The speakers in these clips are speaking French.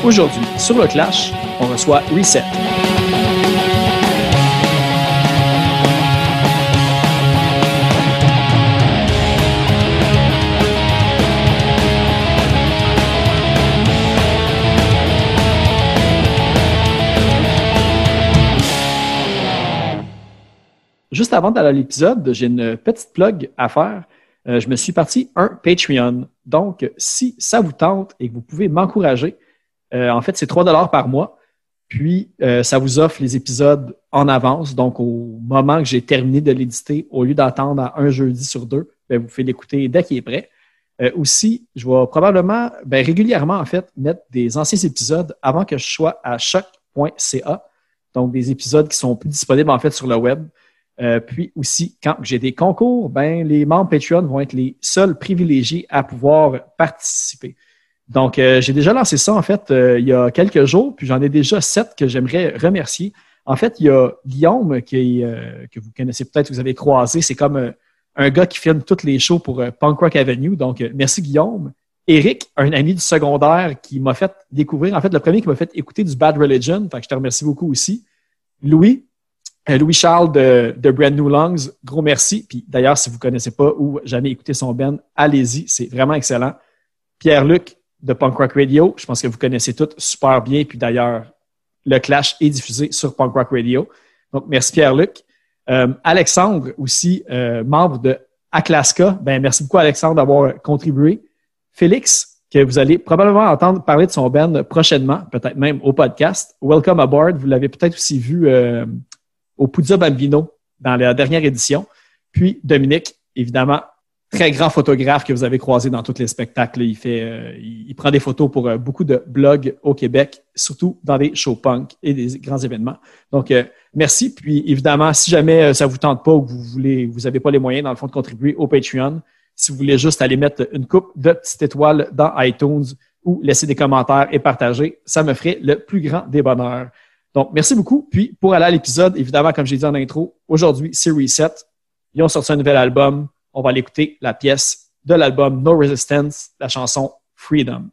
Aujourd'hui, sur le Clash, on reçoit Reset. Juste avant d'aller à l'épisode, j'ai une petite plug à faire. Je me suis parti un Patreon. Donc, si ça vous tente et que vous pouvez m'encourager, en fait, c'est 3$ par mois. Puis, ça vous offre les épisodes en avance. Donc, au moment que j'ai terminé de l'éditer, au lieu d'attendre à un jeudi sur 2, vous pouvez l'écouter dès qu'il est prêt. Aussi, je vais probablement, régulièrement, en fait, mettre des anciens épisodes avant que je sois à choc.ca. Donc, des épisodes qui sont plus disponibles, en fait, sur le web. Puis aussi, quand j'ai des concours, les membres Patreon vont être les seuls privilégiés à pouvoir participer. Donc, j'ai déjà lancé ça, en fait, il y a quelques jours, puis j'en ai déjà 7 que j'aimerais remercier. En fait, il y a Guillaume, que vous connaissez peut-être, que vous avez croisé. C'est comme un gars qui filme toutes les shows pour Punk Rock Avenue. Donc, merci Guillaume. Eric, un ami du secondaire qui m'a fait découvrir, en fait, le premier qui m'a fait écouter du Bad Religion. Fait que je te remercie beaucoup aussi. Louis-Charles de Brand New Lungs, gros merci. Puis d'ailleurs, si vous ne connaissez pas ou jamais écouté son band, allez-y, c'est vraiment excellent. Pierre-Luc de Punk Rock Radio, je pense que vous connaissez tous super bien. Puis d'ailleurs, le Clash est diffusé sur Punk Rock Radio. Donc, merci Pierre-Luc. Alexandre aussi, membre de Aklaska. Merci beaucoup Alexandre d'avoir contribué. Félix, que vous allez probablement entendre parler de son band prochainement, peut-être même au podcast. Welcome Aboard, vous l'avez peut-être aussi vu au Puzza Bambino dans la dernière édition. Puis Dominique, évidemment, très grand photographe que vous avez croisé dans tous les spectacles. Il prend des photos pour beaucoup de blogs au Québec, surtout dans des shows punk et des grands événements. Donc, merci. Puis évidemment, si jamais ça vous tente pas ou que vous n'avez pas les moyens, dans le fond, de contribuer au Patreon, si vous voulez juste aller mettre une coupe de petites étoiles dans iTunes ou laisser des commentaires et partager, ça me ferait le plus grand des bonheurs. Donc, merci beaucoup. Puis, pour aller à l'épisode, évidemment, comme j'ai dit en intro, aujourd'hui, c'est Reset. Ils ont sorti un nouvel album. On va aller écouter la pièce de l'album No Resistance, la chanson Freedom.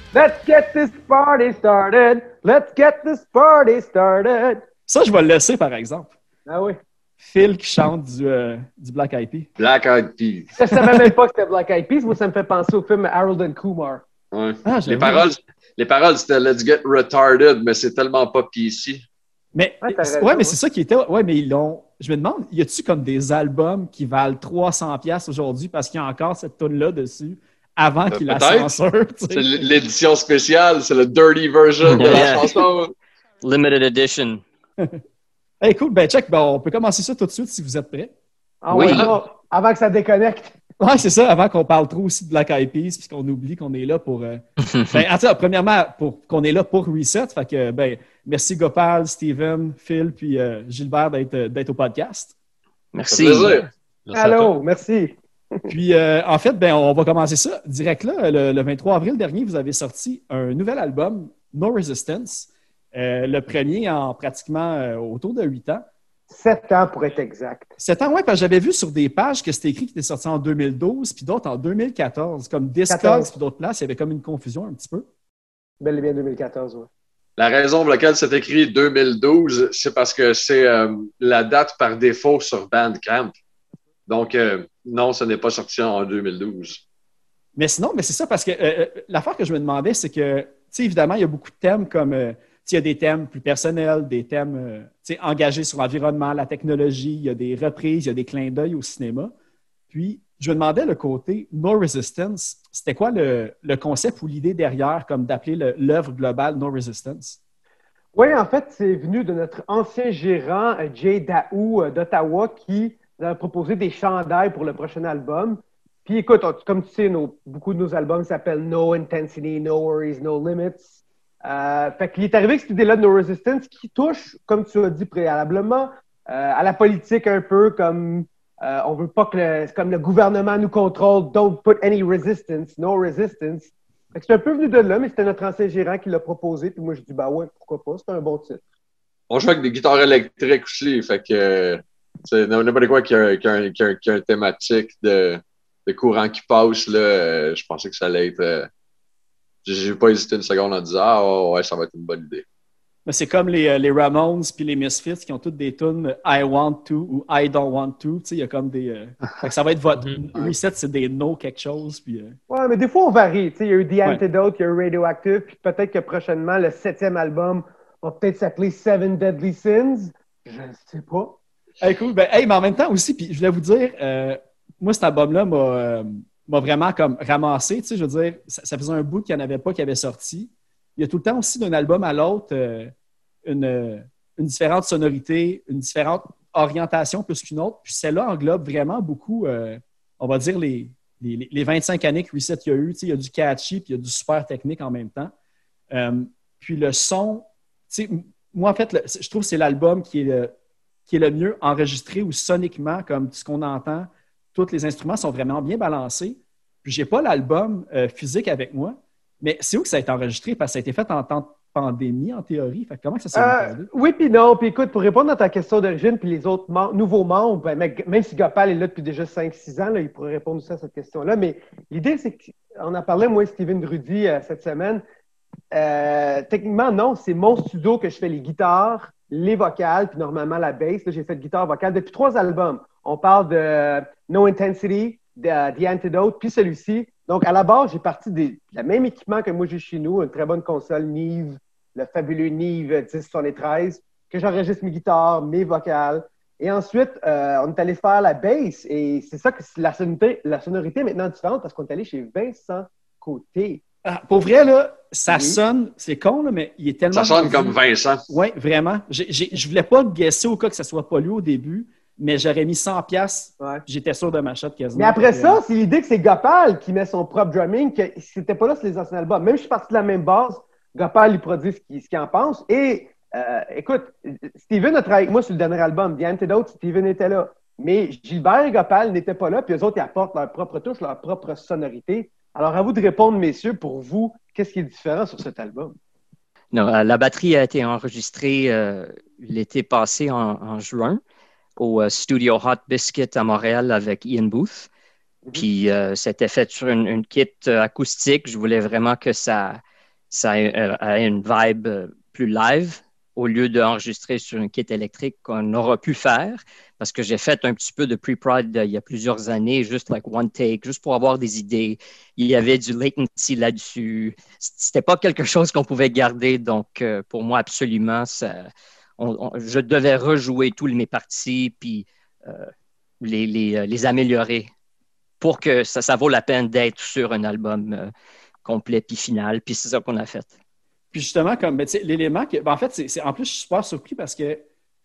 Let's get this party started. Let's get this party started. Ça, je vais le laisser, par exemple. Ah oui. Phil qui chante du Black Eyed Peas. Black Eyed Peas. Je savais même pas que c'était Black Eyed Peas. Moi, ça me fait penser au film Harold and Kumar. Ouais. Ah, les paroles, c'était Let's Get Retarded, mais c'est tellement pas PC. Mais, mais c'est ça qui était. Ouais, mais ils l'ont. Je me demande, y a-tu comme des albums qui valent 300$ aujourd'hui parce qu'il y a encore cette toune-là dessus avant qu'ils la censurent? C'est l'édition spéciale, c'est le dirty version de la chanson. Limited edition. Hey, cool. Ben, check, on peut commencer ça tout de suite si vous êtes prêts. Ah oui. Avant que ça déconnecte. Oui, c'est ça, avant qu'on parle trop aussi de Black Eyed Peas puis qu'on oublie qu'on est là pour... premièrement, qu'on est là pour Reset. Fait que, merci Gopal, Steven, Phil puis Gilbert d'être au podcast. Merci. Allô, merci. Puis, en fait, on va commencer ça direct là. Le 23 avril dernier, vous avez sorti un nouvel album, No Resistance. Le premier en pratiquement autour de 8 ans. 7 ans pour être exact. 7 ans, oui, parce que j'avais vu sur des pages que c'était écrit qu'il était sorti en 2012, puis d'autres en 2014. Comme Discogs, puis d'autres places, il y avait comme une confusion un petit peu. Bel et bien 2014, oui. La raison pour laquelle c'est écrit 2012, c'est parce que c'est la date par défaut sur Bandcamp. Donc, non, ce n'est pas sorti en 2012. Mais sinon, c'est ça, parce que l'affaire que je me demandais, c'est que, tu sais, évidemment, il y a beaucoup de thèmes comme... il y a des thèmes plus personnels, des thèmes engagés sur l'environnement, la technologie, il y a des reprises, il y a des clins d'œil au cinéma. Puis, je me demandais le côté No Resistance, c'était quoi le concept ou l'idée derrière, comme d'appeler l'œuvre globale No Resistance? Oui, en fait, c'est venu de notre ancien gérant, Jay Daou d'Ottawa, qui nous a proposé des chandails pour le prochain album. Puis, écoute, comme tu sais, beaucoup de nos albums s'appellent No Intensity, No Worries, No Limits. Fait qu'il est arrivé avec cette idée-là de No Resistance qui touche, comme tu as dit préalablement, à la politique un peu, comme on veut pas que comme le gouvernement nous contrôle, don't put any resistance, no resistance. Fait que c'est un peu venu de là, mais c'était notre ancien gérant qui l'a proposé, puis moi je dis ouais, pourquoi pas, c'est un bon titre. On joue avec des guitares électriques aussi, fait que c'est n'importe quoi qui a un thématique de courant qui passe, là, je pensais que ça allait être... J'ai pas hésité une seconde en disant ouais, ça va être une bonne idée. Mais c'est comme les Ramones puis les Misfits qui ont toutes des tunes I want to ou I don't want to. Tu sais, il y a comme des. Ça va être votre reset, c'est des no quelque chose. Puis, Ouais, mais des fois on varie. Tu sais, il y a eu The Antidote, il y a eu Radioactive, puis peut-être que prochainement le 7e album va peut-être s'appeler Seven Deadly Sins. Je ne sais pas. Hey, cool. Mais en même temps aussi, puis je voulais vous dire, moi cet album-là m'a vraiment comme ramassé, tu sais, je veux dire, ça faisait un bout qu'il n'y en avait pas qui avait sorti. Il y a tout le temps aussi d'un album à l'autre une différente sonorité, une différente orientation plus qu'une autre. Puis celle-là englobe vraiment beaucoup, on va dire, les 25 années que Reset y a eu. Tu sais, il y a du catchy puis il y a du super technique en même temps. Puis le son, tu sais, moi en fait, je trouve que c'est l'album qui est le mieux enregistré ou soniquement, comme ce qu'on entend. Tous les instruments sont vraiment bien balancés. Puis, je n'ai pas l'album physique avec moi, mais c'est où que ça a été enregistré? Parce que ça a été fait en temps de pandémie, en théorie. Fait que comment ça s'est passé? Oui, puis non. Puis écoute, pour répondre à ta question d'origine, puis les autres nouveaux membres, même si Gopal est là depuis déjà 5-6 ans, là, il pourrait répondre aussi à cette question-là. Mais l'idée, c'est qu'on en parlait, moi et Steven Drudy, cette semaine. Techniquement, non, c'est mon studio que je fais les guitares, les vocales, puis normalement la bass. Là, j'ai fait guitare vocale depuis 3 albums. On parle de No Intensity, de The Antidote, puis celui-ci. Donc, à la base, j'ai parti de la même équipement que moi j'ai chez nous, une très bonne console Neve, le fabuleux Neve 1073, que j'enregistre mes guitares, mes vocales. Et ensuite, on est allé faire la bass, et c'est ça que la sonorité est maintenant différente parce qu'on est allé chez Vincent Côté. Ah, pour vrai, là, ça sonne, c'est con, là, mais il est tellement... Ça sonne comme Vincent. Oui, vraiment. Je voulais pas guesser au cas que ça soit pas lui au début, mais j'aurais mis 100$. Ouais. J'étais sûr de m'acheter quasiment. Mais après ça, c'est l'idée que c'est Gopal qui met son propre drumming, que c'était pas là sur les anciens albums. Même si je suis parti de la même base, Gopal, il produit ce qu'il en pense. Et écoute, Steven a travaillé avec moi sur le dernier album, The Antidote, Steven était là. Mais Gilbert et Gopal n'étaient pas là, puis eux autres, ils apportent leur propre touche, leur propre sonorité. Alors, à vous de répondre, messieurs, pour vous, qu'est-ce qui est différent sur cet album? Non, la batterie a été enregistrée l'été passé en juin au studio Hot Biscuit à Montréal avec Ian Booth. Puis, c'était fait sur une kit acoustique. Je voulais vraiment que ça ça a une vibe plus live au lieu d'enregistrer sur un kit électrique qu'on aura pu faire, parce que j'ai fait un petit peu de pre-prod il y a plusieurs années, juste like one take, juste pour avoir des idées. Il y avait du latency là-dessus. C'était pas quelque chose qu'on pouvait garder, donc pour moi, absolument, je devais rejouer tous mes parties puis les améliorer pour que ça vaut la peine d'être sur un album complet puis final, puis c'est ça qu'on a fait. Puis justement, comme ben, l'élément que. Ben, en fait, en plus, je suis super surpris parce que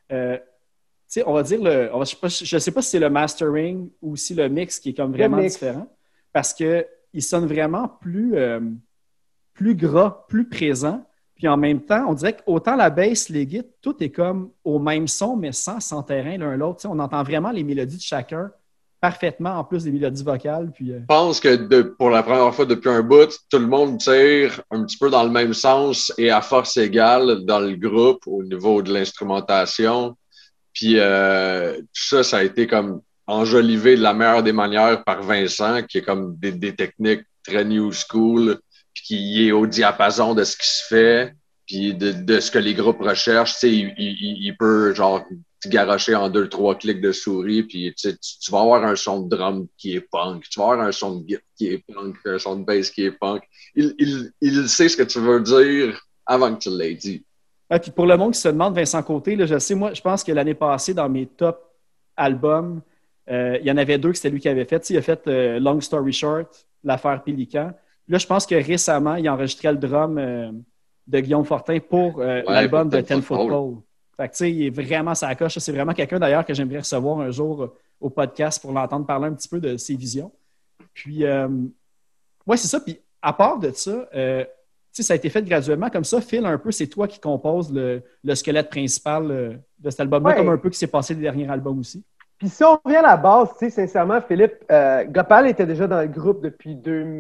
on va dire je ne sais pas si c'est le mastering ou si le mix qui est comme vraiment différent. Parce qu'il sonne vraiment plus gras, plus présent. Puis en même temps, on dirait qu'autant la bass, les guides, tout est comme au même son, mais sans s'enterrer l'un l'autre. On entend vraiment les mélodies de chacun parfaitement, en plus des mélodies vocales. Puis, Je pense que pour la première fois depuis un bout, tout le monde tire un petit peu dans le même sens et à force égale dans le groupe au niveau de l'instrumentation. Puis tout ça a été comme enjolivé de la meilleure des manières par Vincent, qui est comme des techniques très new school, puis qui est au diapason de ce qui se fait, puis de ce que les groupes recherchent. Tu sais, il peut genre garrocher en 2-3 clics de souris, puis tu vas avoir un son de drum qui est punk, tu vas avoir un son de guitare qui est punk, un son de bass qui est punk. Il sait ce que tu veux dire avant que tu l'aies dit. Ah, puis pour le monde qui se demande, Vincent Côté, là, je sais, moi, je pense que l'année passée, dans mes top albums, il y en avait 2 que c'était lui qui avait fait. Il a fait Long Story Short, l'affaire Pélican. Là, je pense que récemment, il a enregistré le drum de Guillaume Fortin pour l'album de Ten Foot Pole. Fait que, tu sais, il est vraiment sa coche. C'est vraiment quelqu'un, d'ailleurs, que j'aimerais recevoir un jour au podcast pour l'entendre parler un petit peu de ses visions. Puis, ouais, c'est ça. Puis, à part de ça, ça a été fait graduellement comme ça. Phil, un peu, c'est toi qui composes le squelette principal de cet album-là, comme un peu qui s'est passé les derniers albums aussi. Puis si on revient à la base, sincèrement, Philippe, Gopal était déjà dans le groupe depuis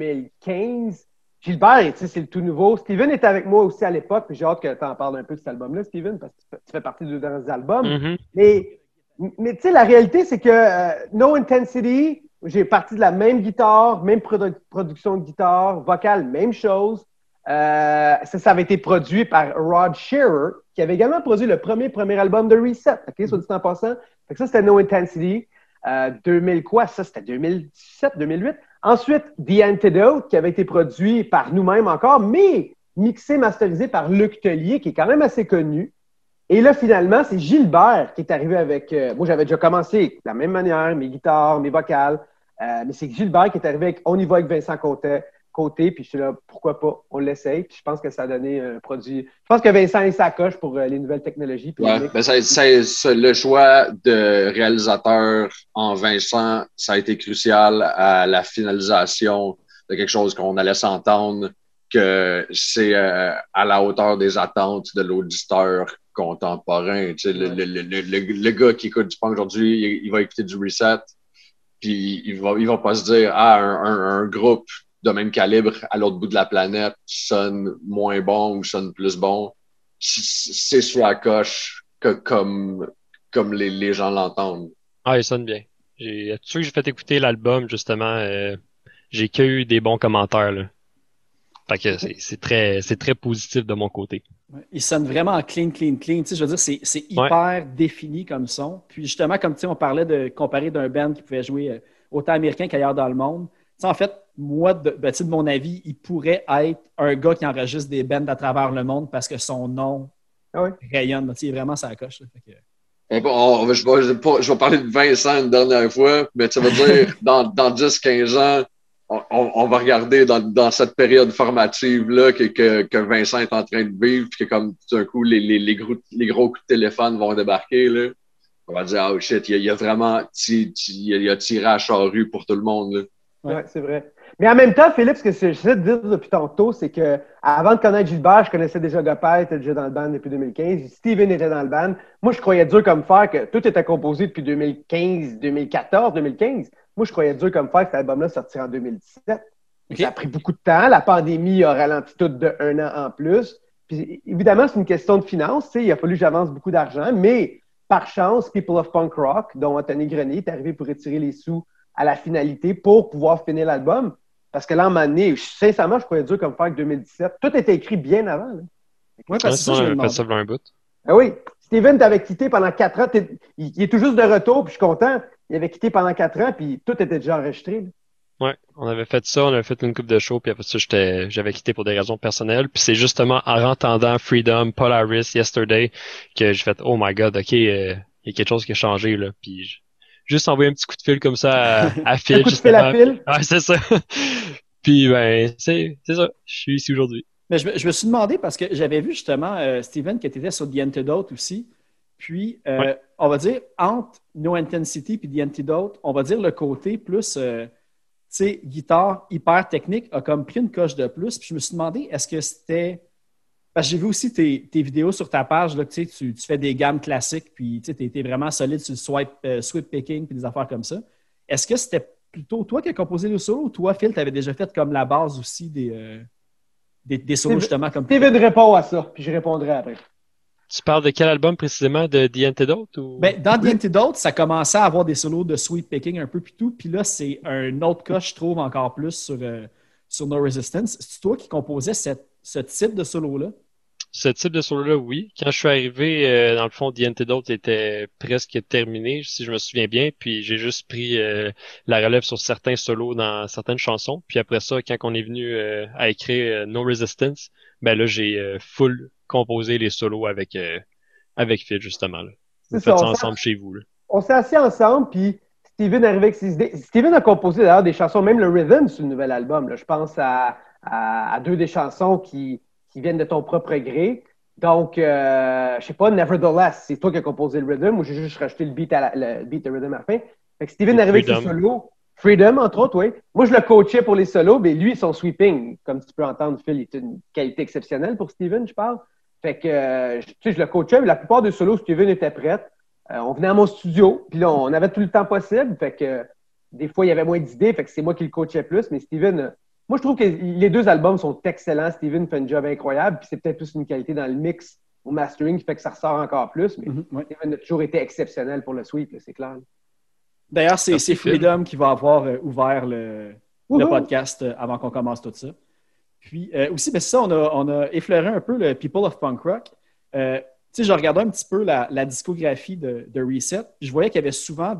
2015. Gilbert, c'est le tout nouveau. Steven était avec moi aussi à l'époque, puis j'ai hâte que tu en parles un peu de cet album-là, Steven, parce que tu fais partie de deux albums. Mm-hmm. Mais tu sais, la réalité, c'est que No Intensity, j'ai parti de la même guitare, même production de guitare, vocale, même chose. Ça avait été produit par Rod Shearer, qui avait également produit le premier album de Reset, OK, soit dit en passant. Fait que ça, c'était No Intensity. 2000 quoi? Ça, c'était 2017, 2008. Ensuite, The Antidote, qui avait été produit par nous-mêmes encore, mais mixé, masterisé par Luc Tellier, qui est quand même assez connu. Et là, finalement, c'est Gilbert qui est arrivé avec... moi, j'avais déjà commencé de la même manière, mes guitares, mes vocales. Mais c'est Gilbert qui est arrivé avec On y va avec Vincent Côté, puis je suis là, pourquoi pas, on l'essaye, puis je pense que ça a donné un produit. Je pense que Vincent est sa coche pour les nouvelles technologies. Ouais, c'est le choix de réalisateur en Vincent, ça a été crucial à la finalisation de quelque chose qu'on allait s'entendre, que c'est à la hauteur des attentes de l'auditeur contemporain. Tu sais, le gars qui écoute du punk aujourd'hui, il va écouter du Reset, puis il va pas se dire, un groupe de même calibre à l'autre bout de la planète sonne moins bon ou sonne plus bon. C'est sur la coche comme les gens l'entendent. Ah, il sonne bien. Tous ceux que j'ai fait écouter l'album, justement, j'ai eu des bons commentaires, là. Fait que c'est très positif de mon côté. Il sonne vraiment clean. Tu sais, je veux dire, c'est hyper défini comme son. Puis justement, comme tu sais, on parlait de comparer d'un band qui pouvait jouer autant américain qu'ailleurs dans le monde. T'sais, en fait, moi, de mon avis, il pourrait être un gars qui enregistre des bands à travers le monde parce que son nom rayonne. Il est vraiment sa coche. Je vais parler de Vincent une dernière fois, mais tu vas dire, dans 10-15 ans, on va regarder dans cette période formative-là que Vincent est en train de vivre, puis que comme tout d'un coup, les gros coups de téléphone vont débarquer, là. On va dire, oh shit, il a vraiment il a tiré à charrue pour tout le monde, là. Oui, c'est vrai. Mais en même temps, Philippe, ce que j'essaie de dire depuis tantôt, c'est que avant de connaître Gilbert, je connaissais déjà Gopal, était déjà dans le band depuis 2015. Steven était dans le band. Moi, je croyais dur comme fer que tout était composé depuis 2015, 2014, 2015. Moi, je croyais dur comme fer que cet album-là sortirait en 2017. Okay. Ça a pris beaucoup de temps. La pandémie a ralenti tout de 1 an en plus. Puis, évidemment, c'est une question de finances. Il a fallu que j'avance beaucoup d'argent. Mais par chance, People of Punk Rock, dont Anthony Grenier, est arrivé pour retirer les sous à la finalité pour pouvoir finir l'album. Parce que là, en moment donné, sincèrement, je croyais dur comme faire que 2017. Tout était écrit bien avant. Là. Oui, parce que ça, on je me avait fait demandais. ça pour un bout. Ah oui, Steven t'avait quitté pendant 4 ans. Il est tout juste de retour, puis je suis content. Il avait quitté pendant 4 ans, puis tout était déjà enregistré. Là. Ouais, on avait fait ça, on avait fait une coupe de show, puis après ça, j'avais quitté pour des raisons personnelles. Puis c'est justement en entendant Freedom, Polaris, Yesterday, que j'ai fait Oh my God, ok, il y a quelque chose qui a changé là. Puis juste envoyé un petit coup de fil comme ça à Un Phil, coup de fil à justement. Phil. Ouais, c'est ça. Puis ben, c'est ça. Je suis ici aujourd'hui. Mais je me suis demandé parce que j'avais vu justement, Steven, que tu étais sur The Antidote aussi. Puis, Ouais. on va dire, entre No Intensity et The Antidote, on va dire le côté plus, tu sais, guitare hyper technique a comme pris une coche de plus. Puis je me suis demandé, est-ce que c'était. Parce que j'ai vu aussi tes vidéos sur ta page, là, que, tu fais des gammes classiques, puis tu es vraiment solide sur le sweep picking puis des affaires comme ça. Est-ce que c'était plutôt toi qui as composé le solo ou toi, Phil, tu avais déjà fait comme la base aussi des solos justement comme Steven répond à ça, puis je répondrai après. Tu parles de quel album précisément, de The Antidote ou? Ben, dans The Antidote, ça commençait à avoir des solos de sweep picking un peu puis tout. Puis là, c'est un autre coche, je trouve, encore plus sur No Resistance. C'est toi qui composais ce type de solo-là? Ce type de solo-là, oui. Quand je suis arrivé, dans le fond, The Antidote était presque terminé, si je me souviens bien. Puis j'ai juste pris la relève sur certains solos dans certaines chansons. Puis après ça, quand on est venu à écrire No Resistance, ben là, j'ai full composé les solos avec Phil, justement. Là. Vous C'est faites ça, ça ensemble chez vous. Là. on s'est assis ensemble, puis Steven arrivait avec ses idées. Steven a composé d'ailleurs des chansons, même le rhythm sur le nouvel album. Là. Je pense à 2 des chansons qui viennent de ton propre gré. Donc, je sais pas, Nevertheless, c'est toi qui as composé le rhythm ou j'ai juste rajouté le beat de rhythm à la fin. Fait que Steven arrivait avec ses solos. Freedom, entre autres, oui. Moi, je le coachais pour les solos, mais lui, son sweeping, comme tu peux entendre, Phil, est une qualité exceptionnelle pour Steven, je parle. Fait que, tu sais, je le coachais, mais la plupart des solos, Steven était prête. On venait à mon studio, puis là, on avait tout le temps possible. Fait que, des fois, il y avait moins d'idées, fait que c'est moi qui le coachais plus. Mais Steven, moi, je trouve que les 2 albums sont excellents. Steven fait un job incroyable, puis c'est peut-être plus une qualité dans le mix au mastering qui fait que ça ressort encore plus. Mais Ouais. Steven a toujours été exceptionnel pour le sweep, là, c'est clair. D'ailleurs, c'est Merci, Freedom qui va avoir ouvert le Wouhou! podcast avant qu'on commence tout ça. Puis aussi, ben, c'est ça, on a effleuré un peu le People of Punk Rock. Tu sais, je regardais un petit peu la discographie de Reset, puis je voyais qu'il y avait souvent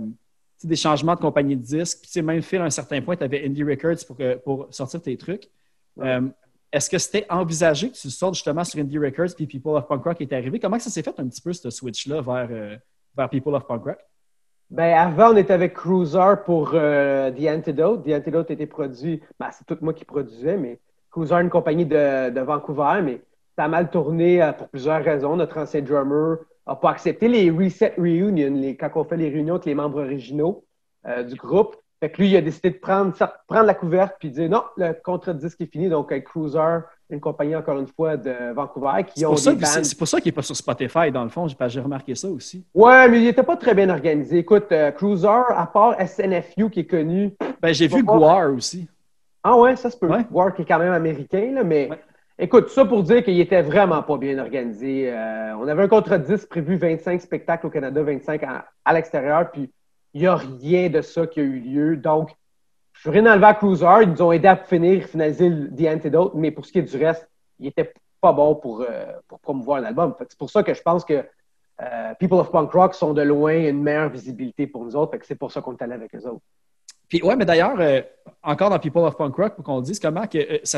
des changements de compagnie de disques. Puis, tu sais, même Phil, à un certain point, tu avais Indie Records pour sortir tes trucs. Ouais. Est-ce que c'était envisagé que tu sortes justement sur Indie Records puis People of Punk Rock est arrivé? Comment ça s'est fait un petit peu, ce switch-là vers People of Punk Rock? Ben, avant, on était avec Cruiser pour The Antidote. The Antidote était produit, ben, c'est tout moi qui produisais, mais Cruiser, une compagnie de Vancouver, mais ça a mal tourné pour plusieurs raisons. Notre ancien drummer n'a pas accepté les Reset Reunions, quand on fait les réunions avec les membres originaux du groupe. Fait que lui, il a décidé de prendre la couverte puis de dire non, le contrat de disque est fini. Donc, avec Cruiser, une compagnie, encore une fois, de Vancouver, qui ont des bands. C'est pour ça qu'il n'est pas sur Spotify, dans le fond. J'ai remarqué ça aussi. Ouais, mais il n'était pas très bien organisé. Écoute, Cruiser, à part SNFU qui est connu. Ben, j'ai vu Gwar aussi. Ah ouais, ça se peut. Ouais. Gwar qui est quand même américain, là, mais Ouais. écoute, ça pour dire qu'il était vraiment pas bien organisé. On avait un contrat de 10 prévu 25 spectacles au Canada, 25 à l'extérieur, puis il n'y a rien de ça qui a eu lieu. Donc, je suis rien enlevé à Cruiser. Ils nous ont aidé à finaliser The Antidote, mais pour ce qui est du reste, il était pas bon pour promouvoir l'album. C'est pour ça que je pense que People of Punk Rock sont de loin une meilleure visibilité pour nous autres. C'est pour ça qu'on est allé avec eux autres. Puis, ouais, mais d'ailleurs, encore dans People of Punk Rock, pour qu'on le dise, comment que ça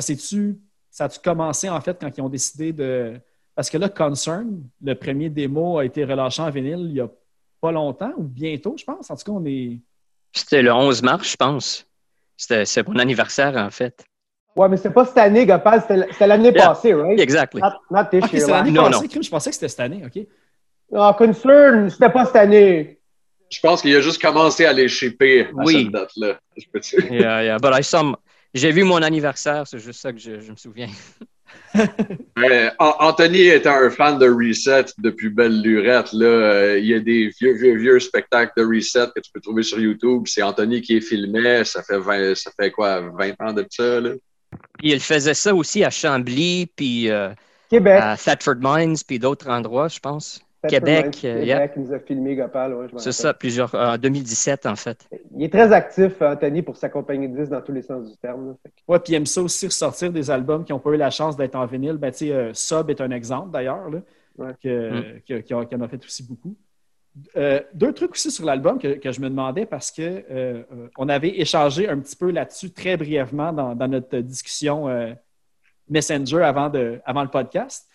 a-tu commencé en fait quand ils ont décidé de. Parce que là, Concern, le premier démo a été relâché en vinyle il n'y a pas longtemps ou bientôt, je pense. En tout cas, on est. C'était le 11 mars, je pense. C'est mon anniversaire, en fait. Ouais, mais c'est pas cette année, Gopal, c'était l'année passée, right? Exactly. Not this Ok, year. c'est l'année Non, passée, Crime. Je pensais que c'était cette année, OK. Ah, Concern, c'était pas cette année. Je pense qu'il a juste commencé à les shipper à Oui. cette date-là. Je peux te... Yeah. But j'ai vu mon anniversaire, c'est juste ça que je me souviens. Anthony était un fan de Reset depuis belle lurette. Là. Il y a des vieux spectacles de Reset que tu peux trouver sur YouTube. C'est Anthony qui les filmait. Ça fait 20 ans de ça. Là. Puis il faisait ça aussi à Chambly, puis Québec. à Thetford Mines, puis d'autres endroits, je pense. Québec. Québec, il nous a filmé Gopal. Ouais, c'est ça, en 2017, en fait. Il est très actif, Anthony, pour sa compagnie de disques dans tous les sens du terme. Oui, puis il aime ça aussi ressortir des albums qui n'ont pas eu la chance d'être en vinyle. Ben, Sub est un exemple, d'ailleurs, qui en a fait aussi beaucoup. Deux trucs aussi sur l'album que je me demandais parce que on avait échangé un petit peu là-dessus très brièvement dans notre discussion Messenger avant le podcast.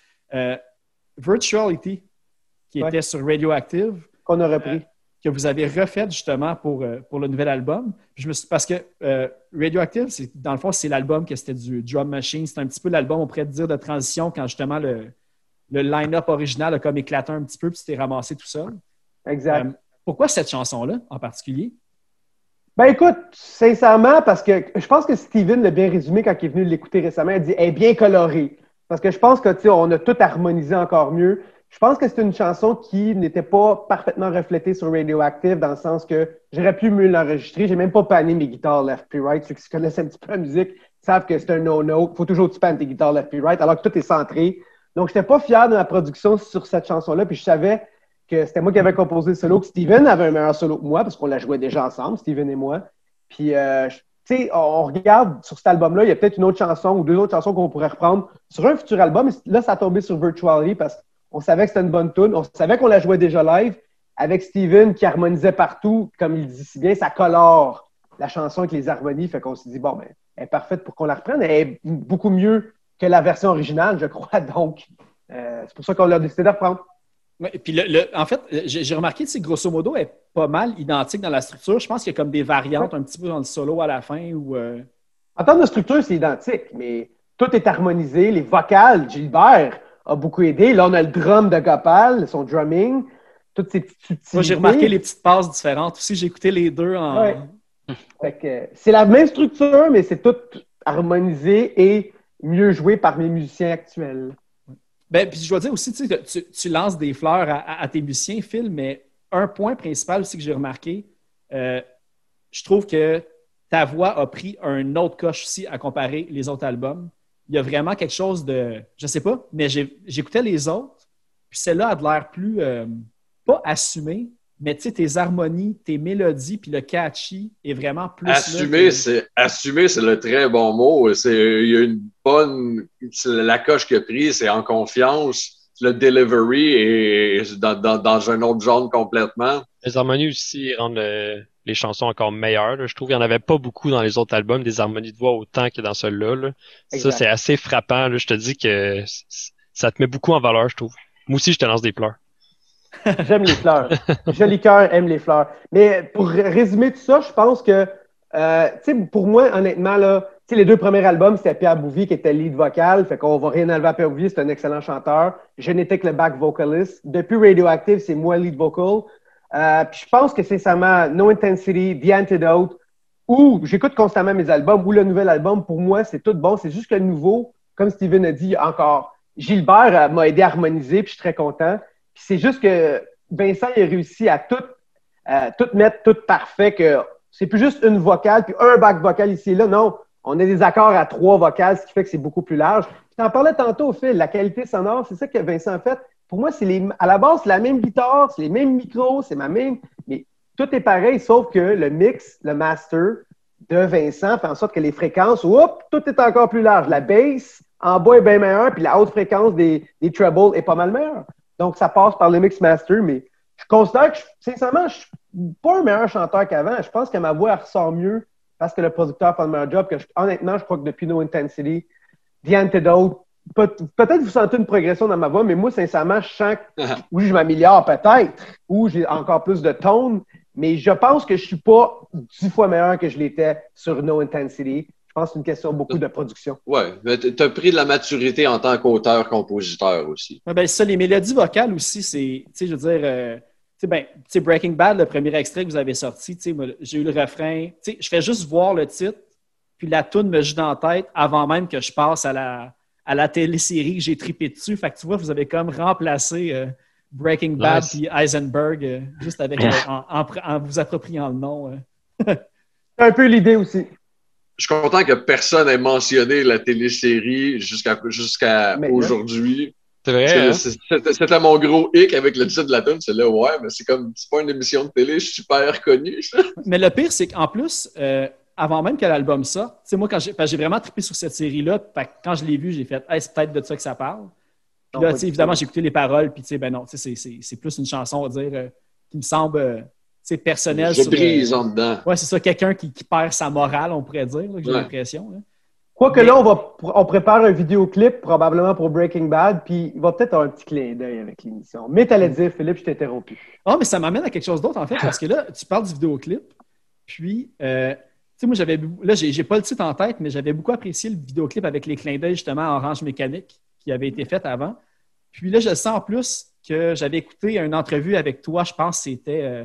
Virtuality, qui était sur Radioactive. Qu'on a repris. Que vous avez refait justement pour le nouvel album. Puis parce que Radioactive, dans le fond, c'est l'album que c'était du drum machine. C'est un petit peu l'album, on pourrait dire, de transition quand justement le line-up original a comme éclaté un petit peu puis tu t'es ramassé tout seul. Exact. Pourquoi cette chanson-là en particulier? Ben écoute, sincèrement, parce que je pense que Steven l'a bien résumé quand il est venu l'écouter récemment. Il dit « Elle est bien colorée ». Parce que je pense que on a tout harmonisé encore mieux. Je pense que c'est une chanson qui n'était pas parfaitement reflétée sur Radioactive dans le sens que j'aurais pu mieux l'enregistrer. J'ai même pas panné mes guitares left puis right. Ceux qui connaissent un petit peu la musique savent que c'est un no-no. Il faut toujours que tu pannes tes guitares left puis right alors que tout est centré. Donc, je n'étais pas fier de ma production sur cette chanson-là. Puis je savais que c'était moi qui avais composé le solo, que Steven avait un meilleur solo que moi parce qu'on la jouait déjà ensemble, Steven et moi. Puis, tu sais, on regarde sur cet album-là, il y a peut-être une autre chanson ou deux autres chansons qu'on pourrait reprendre sur un futur album. Et là, ça a tombé sur Virtuality parce qu'on savait que c'était une bonne tune. On savait qu'on la jouait déjà live avec Steven qui harmonisait partout. Comme il dit si bien, ça colore la chanson avec les harmonies. Fait qu'on s'est dit, bon, ben, elle est parfaite pour qu'on la reprenne. Elle est beaucoup mieux que la version originale, je crois. Donc, c'est pour ça qu'on l'a décidé de reprendre. Ouais, puis en fait, j'ai remarqué que grosso modo, elle est pas mal identique dans la structure. Je pense qu'il y a comme des variantes un petit peu dans le solo à la fin. En termes de structure, c'est identique, mais tout est harmonisé. Les vocales, Gilbert a beaucoup aidé. Là, on a le drum de Gopal, son drumming, toutes ces petites subtilités. Moi, j'ai remarqué les petites passes différentes aussi. J'ai écouté les deux en... Ouais. Fait que, c'est la même structure, mais c'est tout harmonisé et mieux joué par mes musiciens actuels. Ben, puis je dois dire aussi, tu lances des fleurs à tes musiciens, Phil, mais un point principal aussi que j'ai remarqué, je trouve que ta voix a pris un autre coche aussi à comparer les autres albums. Il y a vraiment quelque chose de... Je sais pas, mais j'écoutais les autres, puis celle-là a de l'air plus... pas assumé, mais tu sais, tes harmonies, tes mélodies, puis le catchy est vraiment plus... Assumer, c'est le très bon mot. Il y a une bonne... La coche qu'il a prise, c'est en confiance. Le delivery est dans un autre genre complètement. Les harmonies aussi rendent les chansons encore meilleures. Là. Je trouve qu'il n'y en avait pas beaucoup dans les autres albums, des harmonies de voix autant que dans celui-là. Là. Ça, c'est assez frappant. Là. Je te dis que ça te met beaucoup en valeur, je trouve. Moi aussi, je te lance des fleurs. J'aime les fleurs. Joli cœur aime les fleurs. Mais pour résumer tout ça, je pense que, pour moi, honnêtement, là, les deux premiers albums, c'était Pierre Bouvier qui était lead vocal. Fait qu'on va rien enlever à Pierre Bouvier, c'est un excellent chanteur. Je n'étais que le back vocalist. Depuis Radioactive, c'est moi lead vocal. Puis je pense que sincèrement, No Intensity, The Antidote, ou j'écoute constamment mes albums, ou le nouvel album, pour moi, c'est tout bon. C'est juste que le nouveau, comme Steven a dit encore, Gilbert m'a aidé à harmoniser, puis je suis très content. Puis c'est juste que Vincent il a réussi à tout mettre, tout parfait, que c'est plus juste une vocale, puis un back vocal ici et là. Non, on a des accords à 3 vocales, ce qui fait que c'est beaucoup plus large. Tu en parlais tantôt, Phil, la qualité sonore, c'est ça que Vincent a fait. Pour moi, à la base, c'est la même guitare, c'est les mêmes micros, c'est ma même... Mais tout est pareil, sauf que le mix, le master de Vincent fait en sorte que les fréquences, tout est encore plus large. La bass, en bas, est bien meilleure, puis la haute fréquence des trebles est pas mal meilleure. Donc, ça passe par le mix master, mais je considère que, sincèrement, je suis pas un meilleur chanteur qu'avant. Je pense que ma voix ressort mieux parce que le producteur fait le meilleur job. Honnêtement, je crois que depuis No Intensity, The Antidote, peut-être vous sentez une progression dans ma voix, mais moi, sincèrement, je sens que oui, je m'améliore peut-être, ou j'ai encore plus de tone, mais je pense que je suis pas 10 fois meilleur que je l'étais sur No Intensity. Je pense que c'est une question beaucoup de production. Oui, mais tu as pris de la maturité en tant qu'auteur-compositeur aussi. Ben, ça, les mélodies vocales aussi, c'est, tu sais, je veux dire, Breaking Bad, le premier extrait que vous avez sorti, moi, j'ai eu le refrain, je fais juste voir le titre, puis la toune me joue dans la tête avant même que je passe à la télésérie que j'ai trippé dessus. Fait que tu vois, vous avez comme remplacé Breaking Bad puis Heisenberg juste avec en vous appropriant le nom. C'est un peu l'idée aussi. Je suis content que personne ait mentionné la télésérie jusqu'à aujourd'hui. C'est vrai, hein? C'était mon gros hic avec le titre de la tune. C'est là, ouais, mais c'est pas une émission de télé, je suis super connu. Mais le pire, c'est qu'en plus, avant même que l'album sorte, tu sais, moi, parce que j'ai vraiment trippé sur cette série-là, quand je l'ai vue, j'ai fait, hey, c'est peut-être de ça que ça parle. Puis là, tu sais, évidemment, j'ai écouté les paroles, puis tu sais, ben non, tu sais, c'est plus une chanson, on va dire, qui me semble, tu sais, personnelle. Je brise en dedans. Ouais, c'est ça, quelqu'un qui perd sa morale, on pourrait dire, là, que j'ai l'impression. Là. Quoique là, on prépare un vidéoclip probablement pour Breaking Bad, puis il va peut-être avoir un petit clin d'œil avec l'émission. Mais t'allais dire, Philippe, je t'ai interrompu. Ah, mais ça m'amène à quelque chose d'autre, en fait, parce que là, tu parles du vidéoclip, puis, tu sais, moi, j'ai pas le titre en tête, mais j'avais beaucoup apprécié le vidéoclip avec les clins d'œil, justement, à Orange Mécanique, qui avait été fait avant. Puis là, je sens en plus que j'avais écouté une entrevue avec toi, je pense que c'était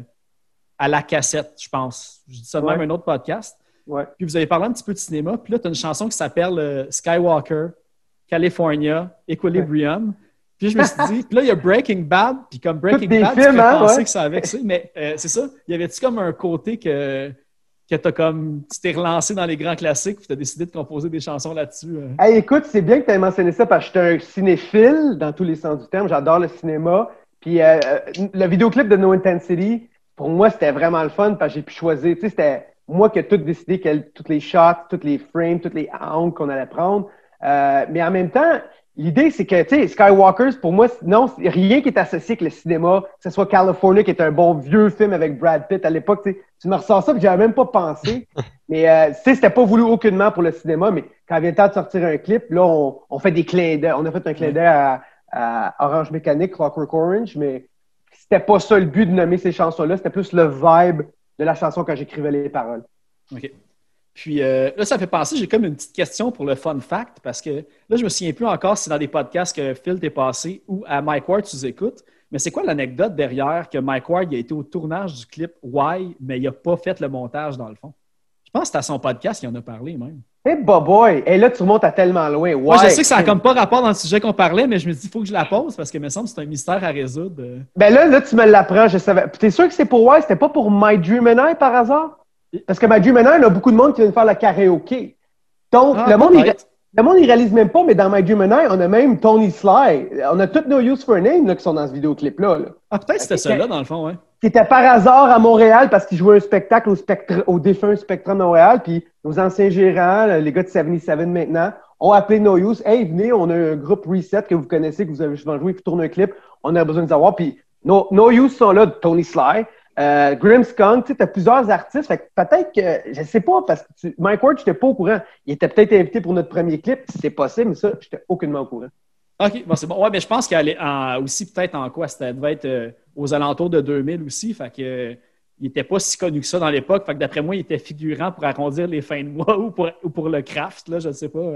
à la cassette, je pense. Je dis ça de même un autre podcast. Ouais. Puis vous avez parlé un petit peu de cinéma. Puis là, tu as une chanson qui s'appelle Skywalker, California, Equilibrium. Puis je me suis dit, puis là, il y a Breaking Bad. Puis comme Breaking Bad, tu pensais que ça avait ça. Mais c'est ça. Il y avait-tu comme un côté que tu t'es relancé dans les grands classiques puis tu as décidé de composer des chansons là-dessus? Hey, écoute, c'est bien que tu aies mentionné ça parce que je suis un cinéphile dans tous les sens du terme. J'adore le cinéma. Puis le vidéoclip de No Intensity, pour moi, c'était vraiment le fun parce que j'ai pu choisir. Tu sais, c'était moi qui ai tout décidé, toutes les shots, toutes les frames, toutes les angles qu'on allait prendre. Mais en même temps, l'idée, c'est que, tu sais, Skywalkers, pour moi, non, rien qui est associé avec le cinéma, que ce soit California, qui est un bon vieux film avec Brad Pitt à l'époque, tu me ressors ça, puis j'avais même pas pensé. Mais, tu sais, c'était pas voulu aucunement pour le cinéma, mais quand vient le temps de sortir un clip, là, on fait des clins d'œil. On a fait un clin d'œil à Orange Mécanique, Clockwork Orange, mais c'était pas ça le but de nommer ces chansons-là, c'était plus le vibe de la chanson quand j'écrivais les paroles. OK. Puis là, ça fait penser, j'ai comme une petite question pour le fun fact, parce que là, je me souviens plus encore si c'est dans des podcasts que Phil t'est passé ou à Mike Ward, tu nous écoutes, mais c'est quoi l'anecdote derrière que Mike Ward il a été au tournage du clip Why, mais il n'a pas fait le montage dans le fond? Je pense que c'est à son podcast qu'il en a parlé même. Hey, boy! Et là, tu remontes à tellement loin. Ouais. Moi, je sais que ça n'a comme pas rapport dans le sujet qu'on parlait, mais je me dis, il faut que je la pose parce que, me semble, c'est un mystère à résoudre. Ben là, tu me l'apprends, je savais. T'es sûr que c'est pour Why? C'était pas pour My Dream and I, par hasard? Parce que My Dream and I, il y a beaucoup de monde qui vient faire le karaoké. Donc, le monde, il réalise même pas, mais dans My Dream and I, on a même Tony Sly. On a tous No Use for a Name là, qui sont dans ce vidéoclip-là. Là. Ah, peut-être c'était celui-là, dans le fond, ouais. Qui était par hasard à Montréal parce qu'il jouait un spectacle au défunt Spectrum de Montréal. Puis nos anciens gérants, les gars de 77 maintenant, ont appelé No Use. Hey, venez, on a un groupe Reset que vous connaissez, que vous avez souvent joué, qui tourne un clip. On a besoin de savoir. Puis No Use sont là, Tony Sly. Grimmskunk, tu sais, t'as plusieurs artistes. Fait que peut-être que, je sais pas, parce que Mike Ward, j'étais pas au courant. Il était peut-être invité pour notre premier clip, c'est possible, mais ça, j'étais aucunement au courant. OK, bon, c'est bon. Ouais, mais je pense qu'elle est aussi peut-être en quoi? Ça devait être aux alentours de 2000 aussi. Fait que il n'était pas si connu que ça dans l'époque. Fait que d'après moi, il était figurant pour arrondir les fins de mois ou pour le craft, là, je ne sais pas.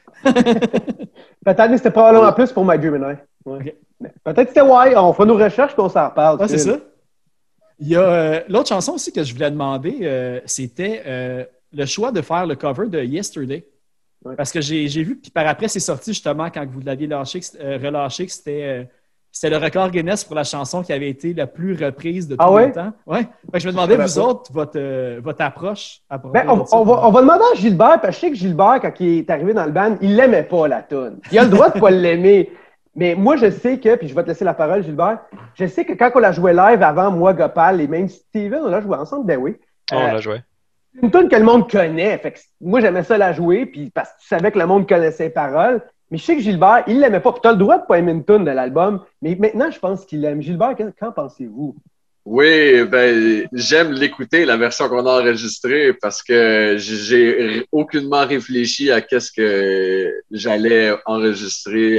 Peut-être que c'était probablement plus pour My Dream and I. Ouais. Okay. Peut-être que c'était Why. On fera nos recherches et on s'en reparle. Ouais, c'est ça. Il y a l'autre chanson aussi que je voulais demander, c'était le choix de faire le cover de Yesterday. Ouais. Parce que j'ai vu, puis par après, c'est sorti justement quand vous l'aviez relâché, que c'était le record Guinness pour la chanson qui avait été la plus reprise de tout le temps. Ouais. Fait que je me demandais, vous autres, votre approche à propos de ça. On va demander à Gilbert, parce que je sais que Gilbert, quand il est arrivé dans le band, il l'aimait pas, la toune. Il a le droit de pas l'aimer. Mais moi, je sais que, puis je vais te laisser la parole, Gilbert, je sais que quand on l'a joué live avant, moi, Gopal et même Steven, on l'a joué ensemble, ben oui. On l'a joué. C'est une tune que le monde connaît. Fait que moi, j'aimais ça la jouer, puis parce que tu savais que le monde connaissait les paroles. Mais je sais que Gilbert, il l'aimait pas. Puis tu as le droit de pas aimer une tune de l'album. Mais maintenant, je pense qu'il l'aime. Gilbert, qu'en pensez-vous? Oui, ben, j'aime l'écouter, la version qu'on a enregistrée, parce que j'ai aucunement réfléchi à qu'est-ce que j'allais enregistrer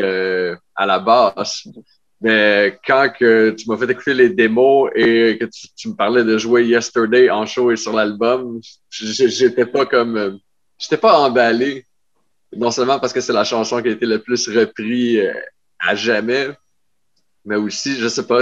à la base. Mais quand que tu m'as fait écouter les démos et que tu me parlais de jouer Yesterday en show et sur l'album, j'étais pas emballé. Non seulement parce que c'est la chanson qui a été le plus reprise à jamais, mais aussi, je sais pas,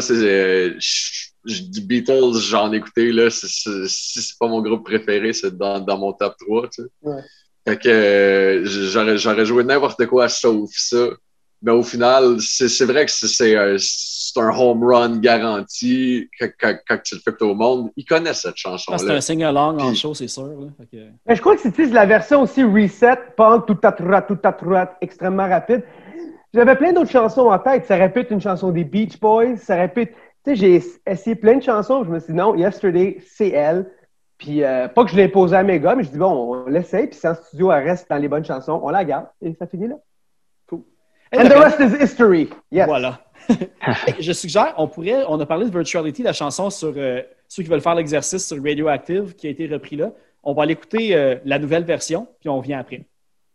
du Beatles, j'en ai écouté, là, si c'est pas mon groupe préféré, c'est dans mon top 3, tu sais. Ouais. Fait que j'aurais joué n'importe quoi sauf ça. Mais au final, c'est vrai que c'est un home run garanti quand tu le fais tout au monde. Ils connaissent cette chanson-là. C'est un sing-along en show, c'est sûr. Là. Fait que... Mais je crois que c'est la version aussi reset, punk, tout extrêmement rapide. J'avais plein d'autres chansons en tête. Ça répète une chanson des Beach Boys. Ça répète. Tu sais, j'ai essayé plein de chansons. Je me suis dit non, Yesterday, c'est elle. Puis, pas que je l'ai posé à mes gars, mais je dis bon, on l'essaye. Puis, si en studio, elle reste dans les bonnes chansons, on la garde. Et ça finit là. Cool. And the rest is history. Yes. Voilà. Je suggère, on a parlé de Virtuality, la chanson sur ceux qui veulent faire l'exercice sur Radioactive qui a été repris là. On va aller écouter la nouvelle version, puis on vient après.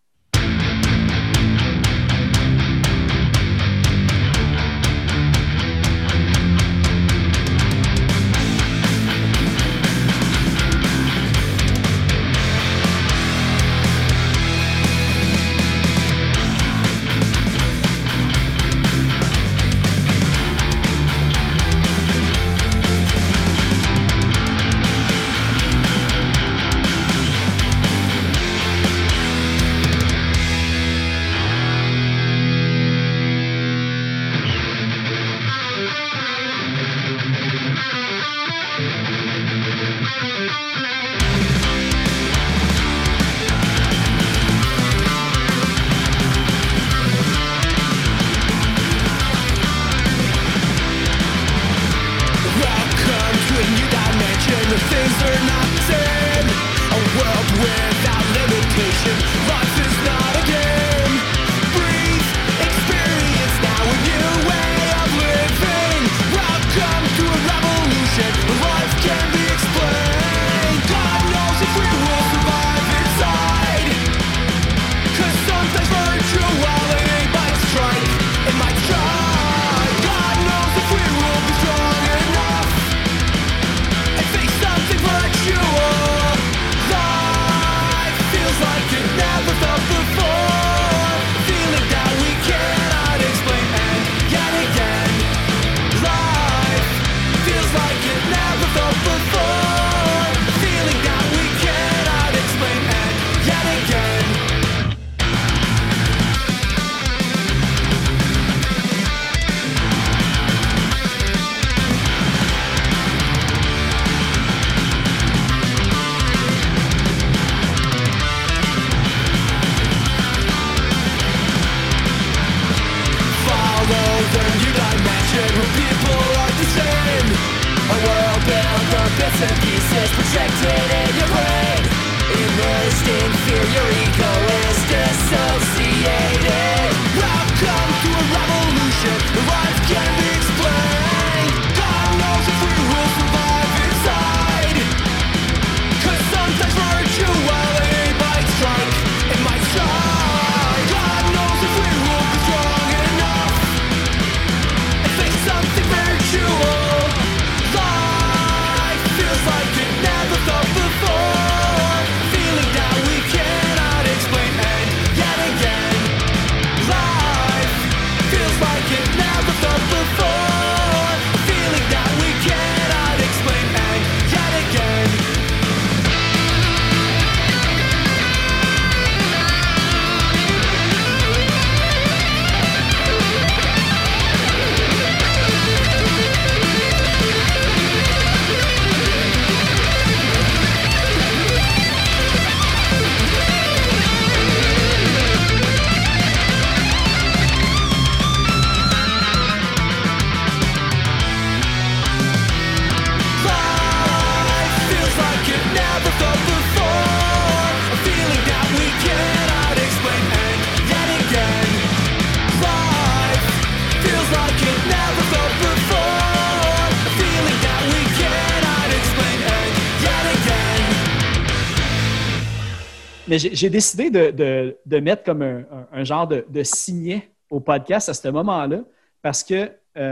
Mais j'ai décidé de mettre comme un genre de signet au podcast à ce moment-là parce que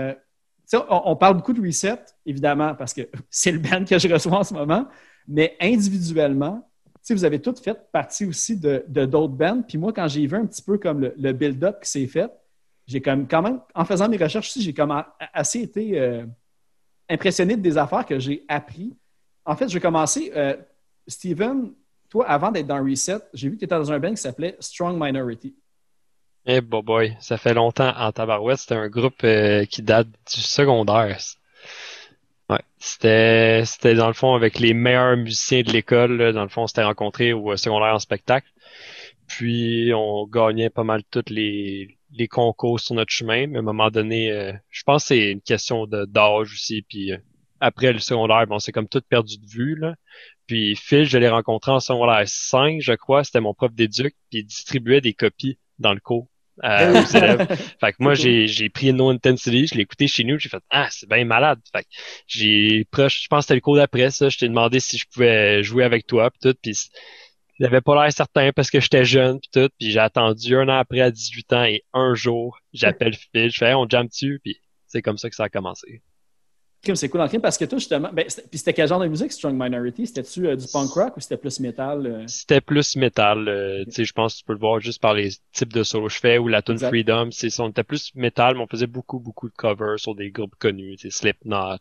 on parle beaucoup de Reset, évidemment, parce que c'est le band que je reçois en ce moment, mais individuellement, vous avez toutes fait partie aussi de d'autres bands. Puis moi, quand j'ai vu un petit peu comme le build-up qui s'est fait, j'ai quand même, en faisant mes recherches aussi, j'ai comme assez été impressionné des affaires que j'ai appris. En fait, je vais commencer. Steven, toi, avant d'être dans Reset, j'ai vu que tu étais dans un band qui s'appelait Strong Minority. Eh boy, ça fait longtemps en tabarouette. C'était un groupe qui date du secondaire. Ouais, c'était dans le fond avec les meilleurs musiciens de l'école. Là. Dans le fond, on s'était rencontrés au secondaire en spectacle. Puis on gagnait pas mal toutes les les concours sur notre chemin, mais à un moment donné, je pense que c'est une question d'âge aussi. Puis après le secondaire, bon, c'est comme tout perdu de vue, là. Puis Phil, je l'ai rencontré en secondaire 5, je crois. C'était mon prof d'éduc, puis il distribuait des copies dans le cours aux élèves. Fait que moi, j'ai pris No Intensity, je l'ai écouté chez nous, j'ai fait ah, c'est bien malade. Fait que je pense que c'était le cours d'après ça, je t'ai demandé si je pouvais jouer avec toi puis tout, puis il avait pas l'air certain parce que j'étais jeune puis tout, puis j'ai attendu un an après à 18 ans et un jour, j'appelle Phil, je fais hey, on jam dessus, puis c'est comme ça que ça a commencé. C'est cool dans le film parce que toi, justement, puis c'était quel genre de musique, Strong Minority? C'était-tu du punk rock ou c'était plus métal? C'était plus métal. Tu sais, je pense que tu peux le voir juste par les types de solos que je fais ou la tune Freedom. On était plus métal, mais on faisait beaucoup de covers sur des groupes connus. Tu sais, Slipknot,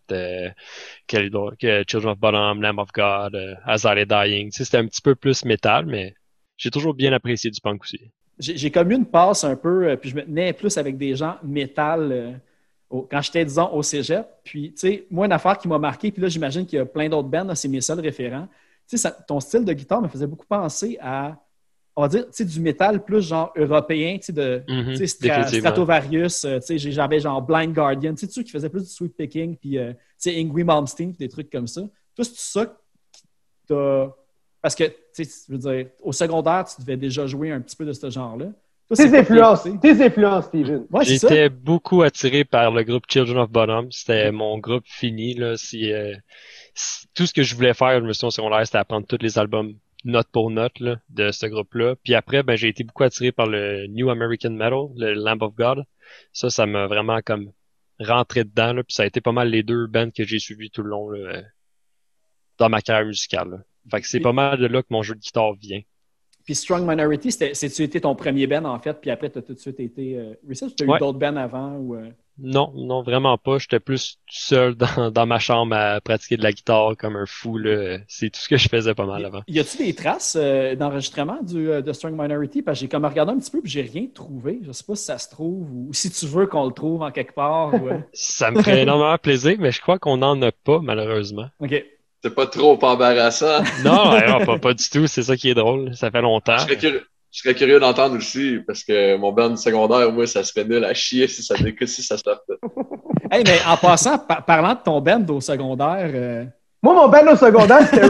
Children of Bodom, Lamb of God, As I Lay Dying. Tu sais, c'était un petit peu plus métal, mais j'ai toujours bien apprécié du punk aussi. J'ai comme eu une passe un peu, puis je me tenais plus avec des gens métal quand j'étais, disons, au cégep. Puis, tu sais, moi, une affaire qui m'a marqué, puis là, j'imagine qu'il y a plein d'autres bands, c'est mes seuls référents. Tu sais, ton style de guitare me faisait beaucoup penser à, on va dire, tu sais, du métal plus genre européen, tu sais, Stratovarius, tu sais, j'avais genre Blind Guardian, tu sais, ceux qui faisaient plus du sweep picking, puis, tu sais, Yngwie Malmsteen, des trucs comme ça. Toi, c'est ça qui t'a... Parce que, tu sais, je veux dire, au secondaire, tu devais déjà jouer un petit peu de ce genre-là. Tes influences, Steven. Ouais, j'étais beaucoup attiré par le groupe Children of Bodom. C'était mon groupe fini, là. Tout ce que je voulais faire, je me suis dit au secondaire, c'était apprendre tous les albums note pour note, là, de ce groupe-là. Puis après, ben, j'ai été beaucoup attiré par le New American Metal, le Lamb of God. Ça m'a vraiment comme rentré dedans, là. Puis ça a été pas mal les deux bands que j'ai suivis tout le long, là, dans ma carrière musicale, là. Fait que c'est pas mal de là que mon jeu de guitare vient. Puis Strong Minority, c'est-tu été ton premier band, en fait, puis après, tu as tout de suite été Reset, ou tu as eu d'autres bands avant? Ou, Non, vraiment pas. J'étais plus tout seul dans ma chambre à pratiquer de la guitare comme un fou, là. C'est tout ce que je faisais pas mal avant. Y a-tu des traces d'enregistrement de Strong Minority? Parce que j'ai comme regardé un petit peu puis j'ai rien trouvé. Je sais pas si ça se trouve ou si tu veux qu'on le trouve en quelque part. Ou, Ça me ferait énormément plaisir, mais je crois qu'on n'en a pas, malheureusement. OK. C'est pas trop embarrassant. Non, pas du tout. C'est ça qui est drôle. Ça fait longtemps. Je serais curieux d'entendre aussi, parce que mon band secondaire, moi, ça serait nul à chier si ça sortait. Hey, mais en passant, parlant de ton band au secondaire... Moi, mon band au secondaire, c'était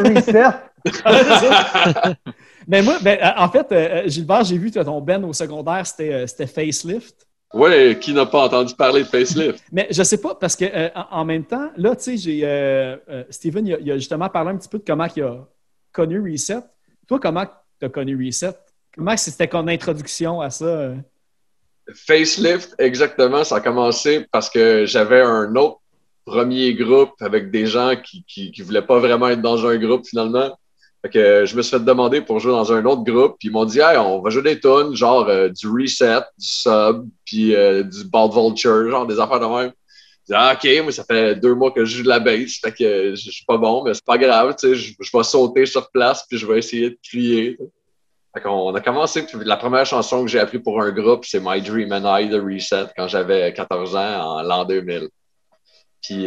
Reset. Mais moi, en fait, Gilbert, j'ai vu que ton band au secondaire, c'était Facelift. Oui, qui n'a pas entendu parler de Facelift? Mais je sais pas, parce que en même temps, là, tu sais, Steven, il a justement parlé un petit peu de comment il a connu Reset. Toi, comment tu as connu Reset? Comment c'était ton introduction à ça? Facelift, exactement, ça a commencé parce que j'avais un autre premier groupe avec des gens qui voulaient pas vraiment être dans un groupe finalement. Fait que je me suis fait demander pour jouer dans un autre groupe, puis ils m'ont dit hey, on va jouer des tunes, genre du Reset, du Sub, puis du Bald Vulture, genre des affaires de même. Je dis OK, moi ça fait 2 mois que je joue de la bass, fait que je suis pas bon, mais c'est pas grave, tu sais, je vais sauter sur place puis je vais essayer de crier. Fait qu'on a commencé, puis la première chanson que j'ai appris pour un groupe, c'est My Dream and I de Reset quand j'avais 14 ans en l'an 2000. Puis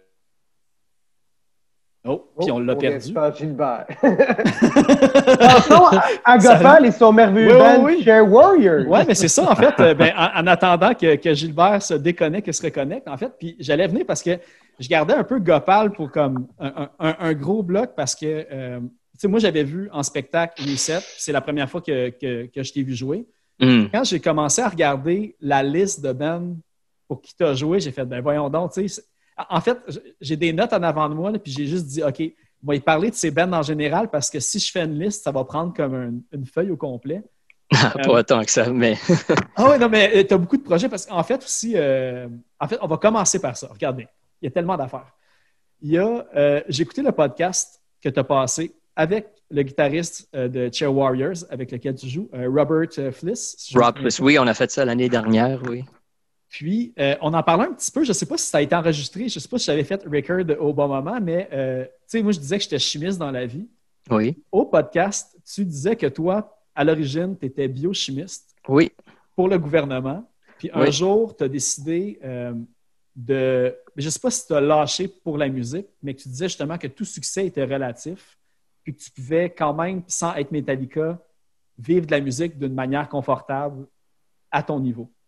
puis on l'a perdu. Gilbert. Attention, à Gotham, ils sont merveilleux bands Share Warriors. Oui, mais c'est ça, en fait. En attendant que Gilbert se déconnecte et se reconnecte, en fait, puis j'allais venir parce que je gardais un peu Gopal pour comme un gros bloc parce que, tu sais, moi, j'avais vu en spectacle Reset, c'est la première fois que je t'ai vu jouer. Quand j'ai commencé à regarder la liste de bands pour qui tu as joué, j'ai fait, ben voyons donc, tu sais. En fait, j'ai des notes en avant de moi, là, puis j'ai juste dit, OK, on va y parler de ces bands en général parce que si je fais une liste, ça va prendre comme une feuille au complet. Pas autant que ça, mais... Ah oui, non, mais tu as beaucoup de projets parce qu'en fait aussi, on va commencer par ça. Regardez, il y a tellement d'affaires. J'ai écouté le podcast que tu as passé avec le guitariste de Chair Warriors avec lequel tu joues, Robert Fliss. Rob Fliss, oui, on a fait ça l'année dernière, oui. Puis, on en parlait un petit peu. Je ne sais pas si ça a été enregistré. Je ne sais pas si j'avais fait record au bon moment, mais tu sais, moi, je disais que j'étais chimiste dans la vie. Oui. Au podcast, tu disais que toi, à l'origine, tu étais biochimiste. Oui. Pour le gouvernement. Puis un jour, tu as décidé je ne sais pas si tu as lâché pour la musique, mais que tu disais justement que tout succès était relatif. Puis que tu pouvais quand même, sans être Metallica, vivre de la musique d'une manière confortable à ton niveau.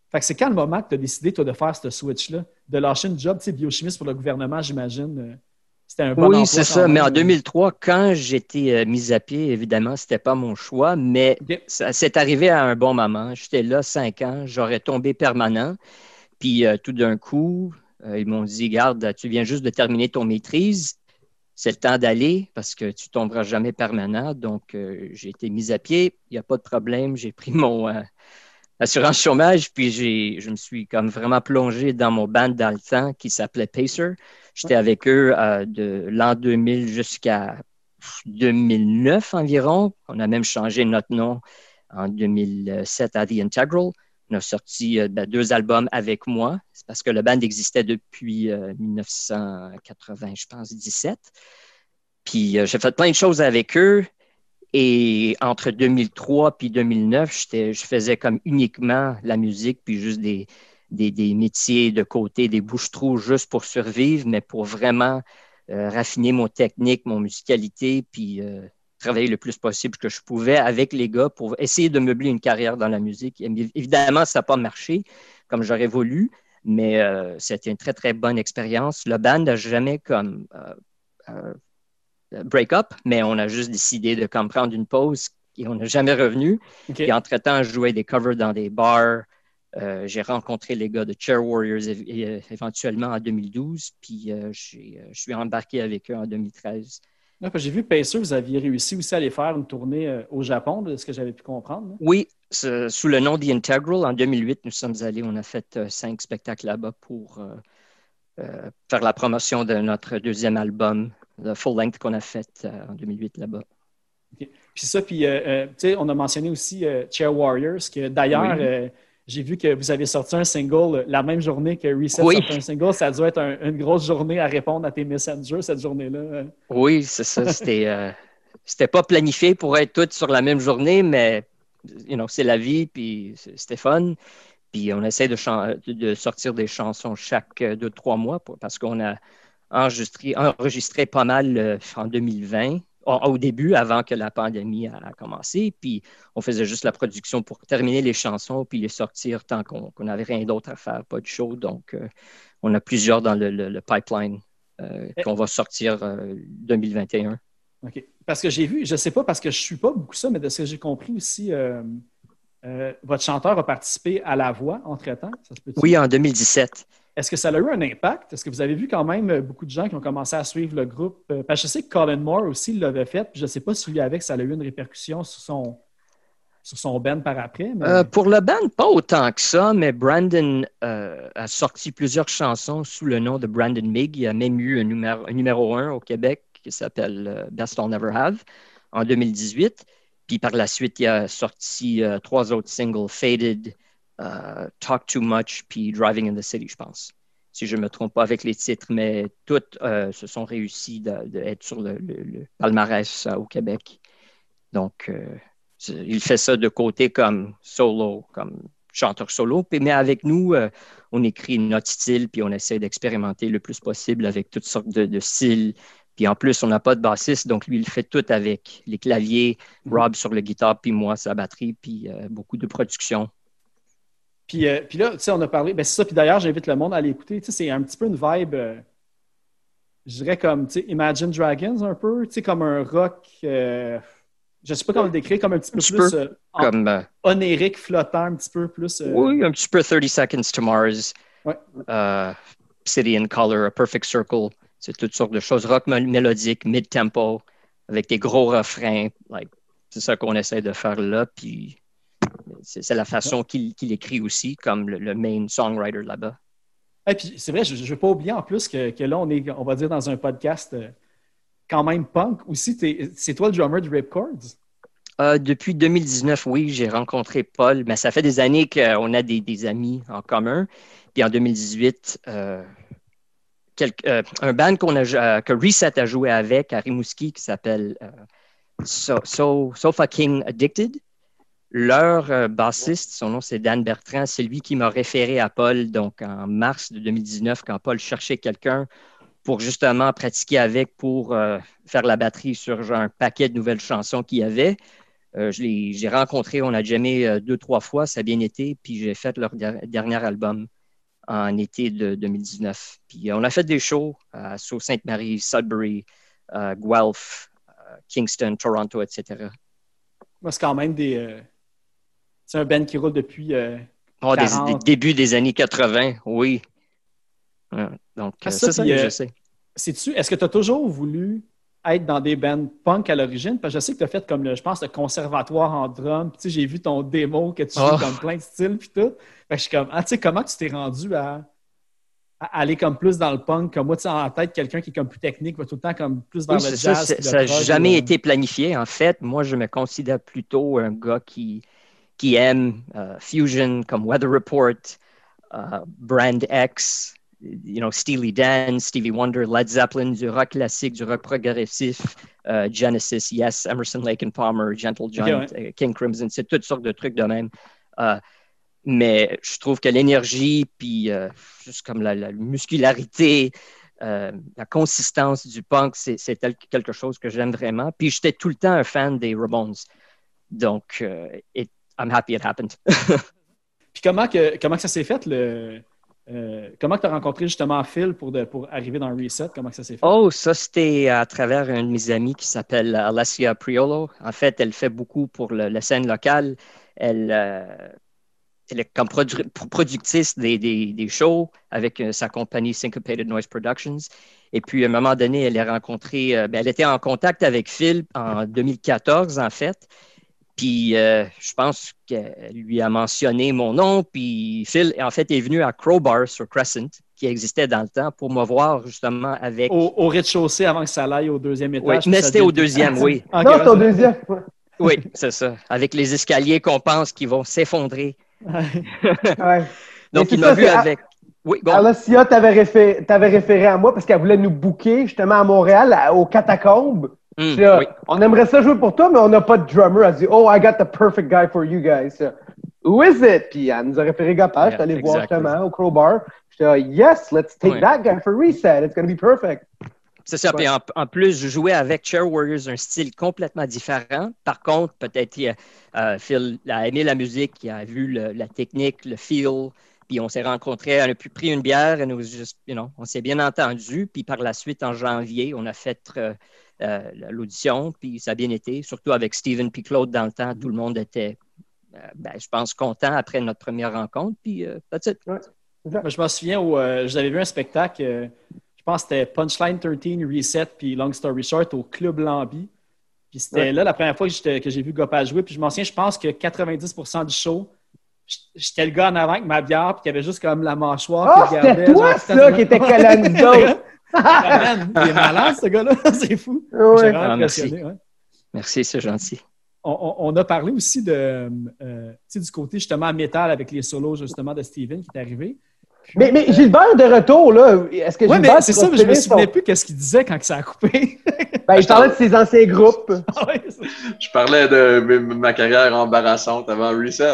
Fait que c'est quand le moment que tu as décidé, toi, de faire ce switch-là, de lâcher une job, tu sais, biochimiste pour le gouvernement, j'imagine. C'était un bon emploi Oui, c'est quand ça. même. Mais en 2003, quand j'étais mis à pied, évidemment, c'était pas mon choix, mais OK. ça c'est arrivé à un bon moment. J'étais là 5 ans, j'aurais tombé permanent. Puis tout d'un coup, ils m'ont dit, garde, tu viens juste de terminer ton maîtrise, c'est le temps d'aller parce que tu tomberas jamais permanent. Donc, j'ai été mis à pied, il n'y a pas de problème. J'ai pris mon assurance chômage, puis je me suis comme vraiment plongé dans mon band dans le temps qui s'appelait Pacer. J'étais avec eux de l'an 2000 jusqu'à 2009 environ. On a même changé notre nom en 2007 à The Integral. On a sorti 2 albums avec moi. C'est parce que le band existait depuis 1980, je pense, 17. Puis j'ai fait plein de choses avec eux. Et entre 2003 puis 2009, je faisais comme uniquement la musique, puis juste des métiers de côté, des bouches-trous juste pour survivre, mais pour vraiment raffiner mon technique, mon musicalité, puis travailler le plus possible que je pouvais avec les gars pour essayer de meubler une carrière dans la musique. Et évidemment, ça n'a pas marché comme j'aurais voulu, mais c'était une très, très bonne expérience. Le band n'a jamais comme break-up, mais on a juste décidé de comme prendre une pause et on n'a jamais revenu. OK. Et entre-temps, je jouais des covers dans des bars. J'ai rencontré les gars de Chair Warriors éventuellement en 2012, puis je suis embarqué avec eux en 2013. Ouais, j'ai vu Pacer, vous aviez réussi aussi à aller faire une tournée au Japon, de ce que j'avais pu comprendre. Là. Oui, sous le nom The Integral, en 2008, nous sommes allés, on a fait 5 spectacles là-bas pour faire la promotion de notre deuxième album, le full length qu'on a fait en 2008 là-bas. Okay. Puis ça, puis tu sais, on a mentionné aussi Chair Warriors, que d'ailleurs, Oui. j'ai vu que vous avez sorti un single la même journée que Reset Oui. sortait un single. Ça a dû être une grosse journée à répondre à tes messengers cette journée-là. Oui, c'est ça. C'était pas planifié pour être toutes sur la même journée, mais c'est la vie, puis c'était fun. Puis on essaie de sortir des chansons chaque 2-3 mois parce qu'on a enregistré pas mal en 2020, au début, avant que la pandémie a commencé. Puis on faisait juste la production pour terminer les chansons puis les sortir tant qu'on n'avait rien d'autre à faire, pas de show. Donc, on a plusieurs dans le pipeline qu'on va sortir 2021. OK. Parce que j'ai vu, je ne sais pas, parce que je ne suis pas beaucoup ça, mais de ce que j'ai compris aussi, votre chanteur a participé à La Voix entre-temps. Ça se peut-tu? Oui, en 2017. Est-ce que ça a eu un impact? Est-ce que vous avez vu quand même beaucoup de gens qui ont commencé à suivre le groupe? Parce que je sais que Colin Moore aussi l'avait fait, puis je ne sais pas si lui avec, ça a eu une répercussion sur son band par après. Mais... pour le band, pas autant que ça, mais Brandon a sorti plusieurs chansons sous le nom de Brandon Mig. Il y a même eu un numéro 1 au Québec qui s'appelle Best I'll Never Have en 2018. Puis par la suite, il a sorti 3 autres singles, Faded, Talk Too Much, puis Driving in the City, je pense. Si je ne me trompe pas avec les titres, mais toutes se sont réussis d'être sur le palmarès au Québec. Donc, il fait ça de côté comme solo, comme chanteur solo. Mais avec nous, on écrit notre style, puis on essaie d'expérimenter le plus possible avec toutes sortes de styles. Puis en plus, on n'a pas de bassiste, donc lui, il fait tout avec les claviers, Rob sur le guitare, puis moi, sa batterie, puis beaucoup de production. Puis là, tu sais, on a parlé, ben c'est ça, puis d'ailleurs, j'invite le monde à l'écouter. Tu sais, c'est un petit peu une vibe, je dirais comme, tu sais, Imagine Dragons un peu, tu sais, comme un rock, je ne sais pas comment le décrire, comme un petit peu plus comme, onérique, flottant, un petit peu plus. Oui, un petit peu 30 Seconds to Mars, ouais. City in Color, A Perfect Circle. C'est toutes sortes de choses. Rock mélodique, mid-tempo, avec des gros refrains. C'est ça qu'on essaie de faire là. Puis c'est la façon qu'il écrit aussi, comme le main songwriter là-bas. Et puis c'est vrai, je ne veux pas oublier en plus que là, on est, on va dire, dans un podcast quand même punk aussi. C'est toi le drummer de Rip Chords? Depuis 2019, oui, j'ai rencontré Paul, mais ça fait des années qu'on a des amis en commun. Puis en 2018, un band que Reset a joué avec à Rimouski qui s'appelle Sofa King Addicted. Leur bassiste, son nom c'est Dan Bertrand, c'est lui qui m'a référé à Paul donc en mars de 2019 quand Paul cherchait quelqu'un pour justement pratiquer avec pour faire la batterie sur un paquet de nouvelles chansons qu'il y avait. J'ai rencontré, on a jammé 2-3 fois, ça a bien été, puis j'ai fait leur dernier album en été de 2019. Puis on a fait des shows à Sault-Sainte-Marie, Sudbury, Guelph, Kingston, Toronto, etc. Moi, c'est quand même c'est un band qui roule depuis Des débuts des années 80, oui. Donc, c'est ça que je sais. Est-ce que tu as toujours voulu être dans des bands punk à l'origine? Parce que je sais que tu as fait comme, je pense, le conservatoire en drum. Tu sais, j'ai vu ton démo que tu joues comme plein de styles puis tout. Fait que je suis comme, tu sais, comment tu t'es rendu à aller comme plus dans le punk? Comme moi, tu sais, en tête, quelqu'un qui est comme plus technique va tout le temps comme plus vers le jazz. Ça n'a jamais été planifié. En fait, moi, je me considère plutôt un gars qui aime fusion comme Weather Report, Brand X, Steely Dan, Stevie Wonder, Led Zeppelin, du rock classique, du rock progressif, Genesis, Yes, Emerson, Lake and Palmer, Gentle Giant, King Crimson, c'est toutes sortes de trucs de même. Mais je trouve que l'énergie, puis juste comme la muscularité, la consistance du punk, c'est quelque chose que j'aime vraiment. Puis j'étais tout le temps un fan des Ramones. Donc, I'm happy it happened. Puis comment que ça s'est fait, comment tu as rencontré justement Phil pour arriver dans Reset? Comment que ça s'est fait? Oh, ça, c'était à travers un de mes amis qui s'appelle Alessia Priolo. En fait, elle fait beaucoup pour la scène locale. Elle est comme productrice des shows avec sa compagnie Syncopated Noise Productions. Et puis, à un moment donné, elle a rencontré... elle était en contact avec Phil en 2014, en fait. Puis, je pense qu'elle lui a mentionné mon nom. Puis, Phil, en fait, est venu à Crowbar sur Crescent, qui existait dans le temps, pour me voir justement avec... Au rez-de-chaussée avant que ça aille au deuxième étage. Oui, mais c'était au deuxième, oui. Non, c'est au deuxième. Oui, c'est ça. Avec les escaliers qu'on pense qu'ils vont s'effondrer. Ouais. Donc, il m'a vu avec... Oui, bon. Alessia t'avais référé à moi parce qu'elle voulait nous booker justement à Montréal, aux Catacombes. Oui. On aimerait ça jouer pour toi, mais on n'a pas de drummer. Elle dit, oh, I got the perfect guy for you guys. Who is it? Puis elle nous a référé Gopal. Je suis allé voir justement au Crowbar. J'étais yes, let's take that guy for Reset. It's going to be perfect. C'est ça. Puis en plus, je jouais avec Chair Warriors, un style complètement différent. Par contre, peut-être Phil a aimé la musique, il a vu la technique, le feel. Puis on s'est rencontrés, on a pu prendre une bière, on s'est bien entendus. Puis par la suite, en janvier, on a fait l'audition, puis ça a bien été, surtout avec Steven puis Claude dans le temps. Tout le monde était, je pense, content après notre première rencontre. Puis that's it. Ouais. Je me souviens où vous avez vu un spectacle, je pense que c'était Punchline 13, Reset, puis Long Story Short au Club Lambi. Puis c'était là la première fois que j'ai vu Gopal jouer. Puis je m'en souviens, je pense que 90% du show, j'étais le gars en avant avec ma bière, puis il y avait juste comme la mâchoire. Oh, c'était toi, ça, qui était collé à nous autres! Il est malade, ce gars-là. C'est fou. Ouais. J'ai vraiment impressionné. Ouais. Merci, c'est gentil. On a parlé aussi du côté justement métal avec les solos justement de Steven qui est arrivé. Puis, mais Gilbert de retour, là, est-ce que Gilbert... Oui, mais c'est ça, je me souvenais plus qu'est-ce qu'il disait quand ça a coupé. Il parlait de ses anciens groupes. Je parlais de ma carrière embarrassante avant Reset.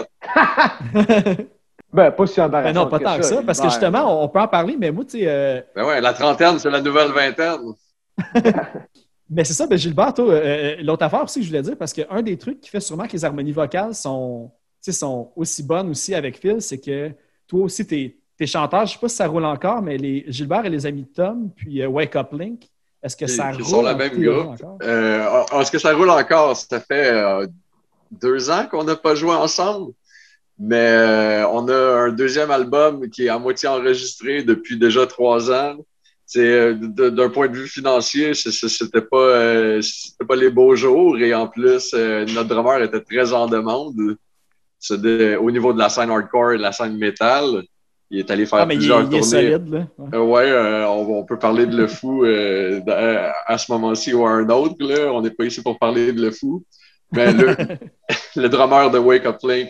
Pas si embarrassant. Non, pas tant que ça, parce que justement, on peut en parler, mais moi, tu sais. La trentaine, c'est la nouvelle vingtaine. Mais c'est ça, Gilbert, toi, l'autre affaire aussi que je voulais dire, parce qu'un des trucs qui fait sûrement que les harmonies vocales sont aussi bonnes aussi avec Phil, c'est que toi aussi, t'es chanteur, je ne sais pas si ça roule encore, mais Gilbert et les amis de Tom, puis Wake Up Link, est-ce que ça roule encore? Ils sont la même groupe. Est-ce que ça roule encore? Ça fait 2 ans qu'on n'a pas joué ensemble. Mais on a un deuxième album qui est à moitié enregistré depuis déjà 3 ans. D'un point de vue financier, c'était pas les beaux jours. Et en plus, notre drummer était très en demande. Au niveau de la scène hardcore et de la scène metal. Il est allé faire plusieurs tournées. Il est solide, là. On peut parler de Le Fou à ce moment-ci ou à un autre. Là. On n'est pas ici pour parler de Le Fou. Mais le drummer de Wake Up Link,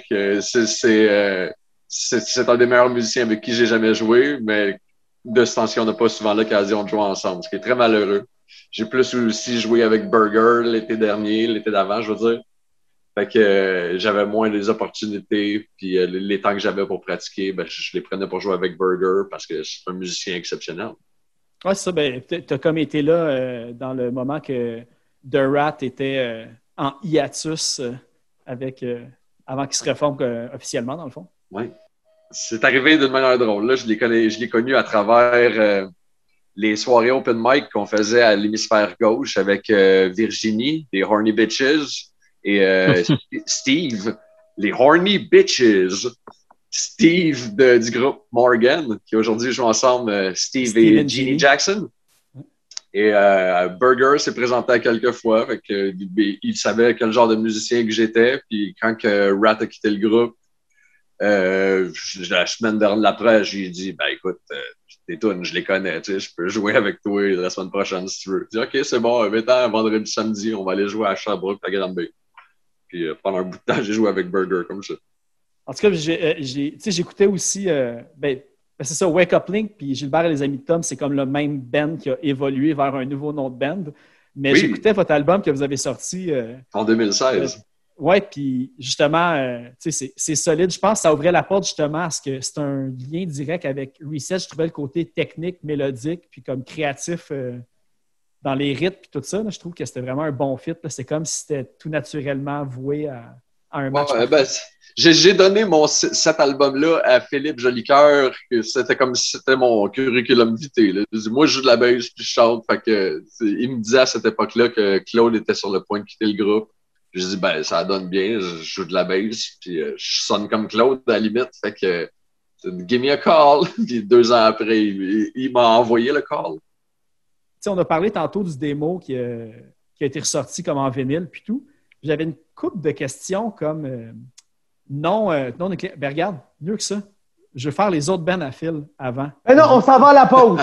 c'est un des meilleurs musiciens avec qui j'ai jamais joué, mais de ce temps-ci, on n'a pas souvent l'occasion de jouer ensemble, ce qui est très malheureux. J'ai plus aussi joué avec Burger l'été d'avant, je veux dire. Fait que j'avais moins les opportunités, puis les temps que j'avais pour pratiquer, je les prenais pour jouer avec Burger parce que c'est un musicien exceptionnel. Oui, c'est ça. Tu as comme été là dans le moment que The Rat était en hiatus avant qu'ils se reforment officiellement, dans le fond. Oui. C'est arrivé d'une manière drôle. Là, je l'ai connu à travers les soirées open mic qu'on faisait à l'hémisphère gauche avec Virginie, les Horny Bitches, et Steve, les Horny Bitches. Steve du groupe Morgan, qui aujourd'hui joue ensemble, Steve et Jeannie Jackson. Et Burger s'est présenté à quelques fois. Fait que, il savait quel genre de musicien que j'étais. Puis quand Rat a quitté le groupe, la semaine d'après, j'ai dit, ben écoute, tes tunes, je les connais, tu sais, je peux jouer avec toi la semaine prochaine si tu veux. Je dis, OK, c'est bon, mettons, vendredi, samedi, on va aller jouer à Sherbrooke, à Granby. Puis pendant un bout de temps, j'ai joué avec Burger comme ça. En tout cas, j'écoutais aussi, c'est ça, Wake Up Link, puis Gilbert et les Amis de Tom, c'est comme le même band qui a évolué vers un nouveau nom de band. Mais oui. J'écoutais votre album que vous avez sorti. En 2016. Oui, puis justement, c'est solide. Je pense que ça ouvrait la porte justement à ce que c'est un lien direct avec Reset. Je trouvais le côté technique, mélodique, puis comme créatif dans les rythmes, puis tout ça. Là, je trouve que c'était vraiment un bon fit. Là. C'est comme si c'était tout naturellement voué à un match. J'ai donné cet album-là à Philippe Jolicoeur, que c'était comme si c'était mon curriculum vitae. Là. Moi, je joue de la bass puis je chante. Fait que, il me disait à cette époque-là que Claude était sur le point de quitter le groupe. Je dis, ça donne bien, je joue de la bass, puis je sonne comme Claude à la limite. Fait que, give me a call. Puis 2 ans après, il m'a envoyé le call. T'sais, on a parlé tantôt du démo qui a été ressorti comme en vinyle, puis tout. J'avais une couple de questions comme non regarde, mieux que ça. Je vais faire les autres bands à fil avant. Mais non, on s'en va à la pause.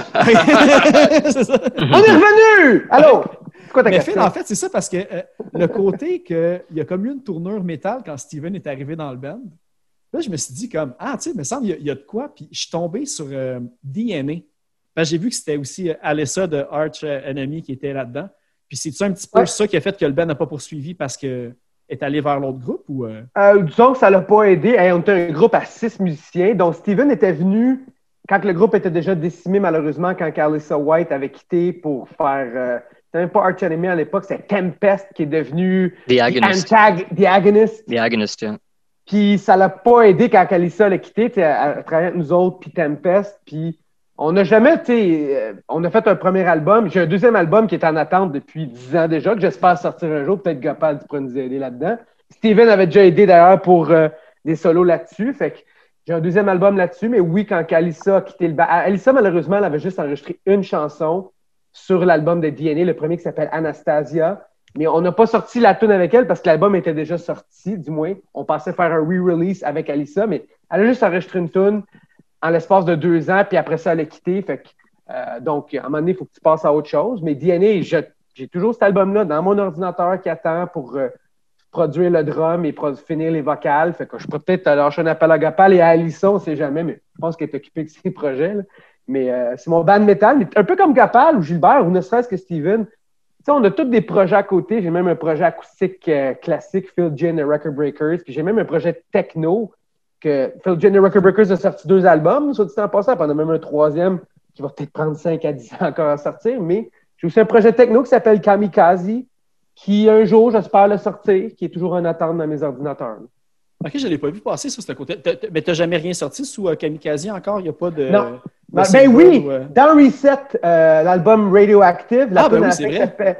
C'est ça. On est revenu! Allô? C'est quoi ta question? Phil, en fait, c'est ça parce que le côté qu'il y a comme eu une tournure métal quand Steven est arrivé dans le band, là, je me suis dit comme, tu sais, il me semble qu'il y a de quoi. Puis je suis tombé sur DNA. Parce que j'ai vu que c'était aussi Alyssa de Arch Enemy qui était là-dedans. Puis c'est-tu un petit peu ça qui a fait que le band n'a pas poursuivi parce que est allé vers l'autre groupe? Ou disons que ça ne l'a pas aidé. On était un groupe à 6 musiciens. Donc, Steven était venu quand le groupe était déjà décimé, malheureusement, quand Alyssa White avait quitté pour faire... c'était même pas Arch Enemy à l'époque, c'est Tempest qui est devenu... The Agonist. The Agonist. The Agonist, yeah. Puis ça l'a pas aidé quand Alyssa l'a quitté, à travailler avec nous autres, puis Tempest. Puis on n'a jamais, on a fait un premier album. J'ai un deuxième album qui est en attente depuis 10 ans déjà, que j'espère sortir un jour. Peut-être Gopal pourra nous aider là-dedans. Steven avait déjà aidé d'ailleurs pour des solos là-dessus. Fait que j'ai un deuxième album là-dessus. Mais oui, quand Alyssa a quitté le band. Alyssa, malheureusement, elle avait juste enregistré une chanson sur l'album de DNA, le premier qui s'appelle Anastasia. Mais on n'a pas sorti la tune avec elle parce que l'album était déjà sorti, du moins. On pensait faire un re-release avec Alyssa, mais elle a juste enregistré une tune en l'espace de 2 ans, puis après ça, elle a quitté. Fait que, donc, à un moment donné, il faut que tu passes à autre chose. Mais DNA, j'ai toujours cet album-là dans mon ordinateur qui attend pour produire le drum et finir les vocales. Fait que je pourrais peut-être lâcher un appel à Gopal et à Alyssa, on ne sait jamais, mais je pense qu'elle est occupée avec ses projets. Là. Mais c'est mon band metal, mais un peu comme Gopal ou Gilbert, ou ne serait-ce que Steven. Tu sais, on a tous des projets à côté. J'ai même un projet acoustique classique, Phil Ginn et Record Breakers. Puis j'ai même un projet techno que Phil Ginn et Record Breakers a sorti 2 albums, soit dit en passant. Puis on a même un 3e qui va peut-être prendre 5 à 10 ans encore à sortir. Mais j'ai aussi un projet techno qui s'appelle Kamikaze, qui un jour, j'espère le sortir, qui est toujours en attente dans mes ordinateurs. OK, je ne l'ai pas vu passer sur ce côté. Mais tu n'as jamais rien sorti sous Kamikaze encore? Il n'y a pas de... Non. Ben oui, dans Reset, l'album Radioactive, la tune s'appelle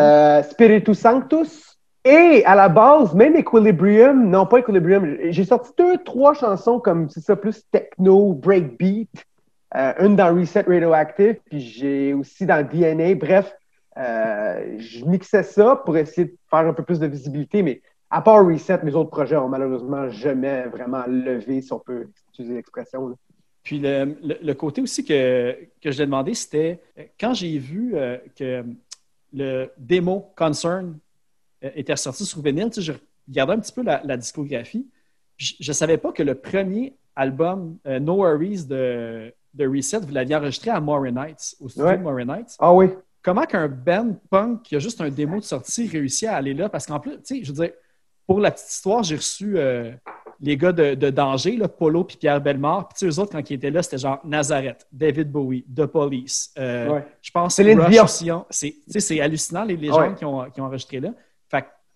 Spiritus Sanctus. Et à la base, même Equilibrium, non pas Equilibrium, j'ai sorti 2-3 chansons comme, c'est ça, plus techno, breakbeat. Une dans Reset Radioactive, puis j'ai aussi dans DNA. Bref, je mixais ça pour essayer de faire un peu plus de visibilité, mais à part Reset, mes autres projets ont malheureusement jamais vraiment levé, si on peut utiliser l'expression. Là. Puis le côté aussi que je l'ai demandé, c'était quand j'ai vu que le démo Concern était ressorti sur vinyle, je regardais un petit peu la discographie. Je ne savais pas que le premier album No Worries de Reset, vous l'aviez enregistré à Morin Heights, au studio de Morin Heights. Ah oui. Comment qu'un band punk qui a juste un démo de sortie réussit à aller là? Parce qu'en plus, tu sais, je veux dire, pour la petite histoire, j'ai reçu les gars de Danger, là, Polo puis Pierre Bellemare. Puis eux autres, quand ils étaient là, c'était genre Nazareth, David Bowie, The Police. Je pense que Rush aussi. C'est hallucinant, les gens qui ont enregistré là. Fait que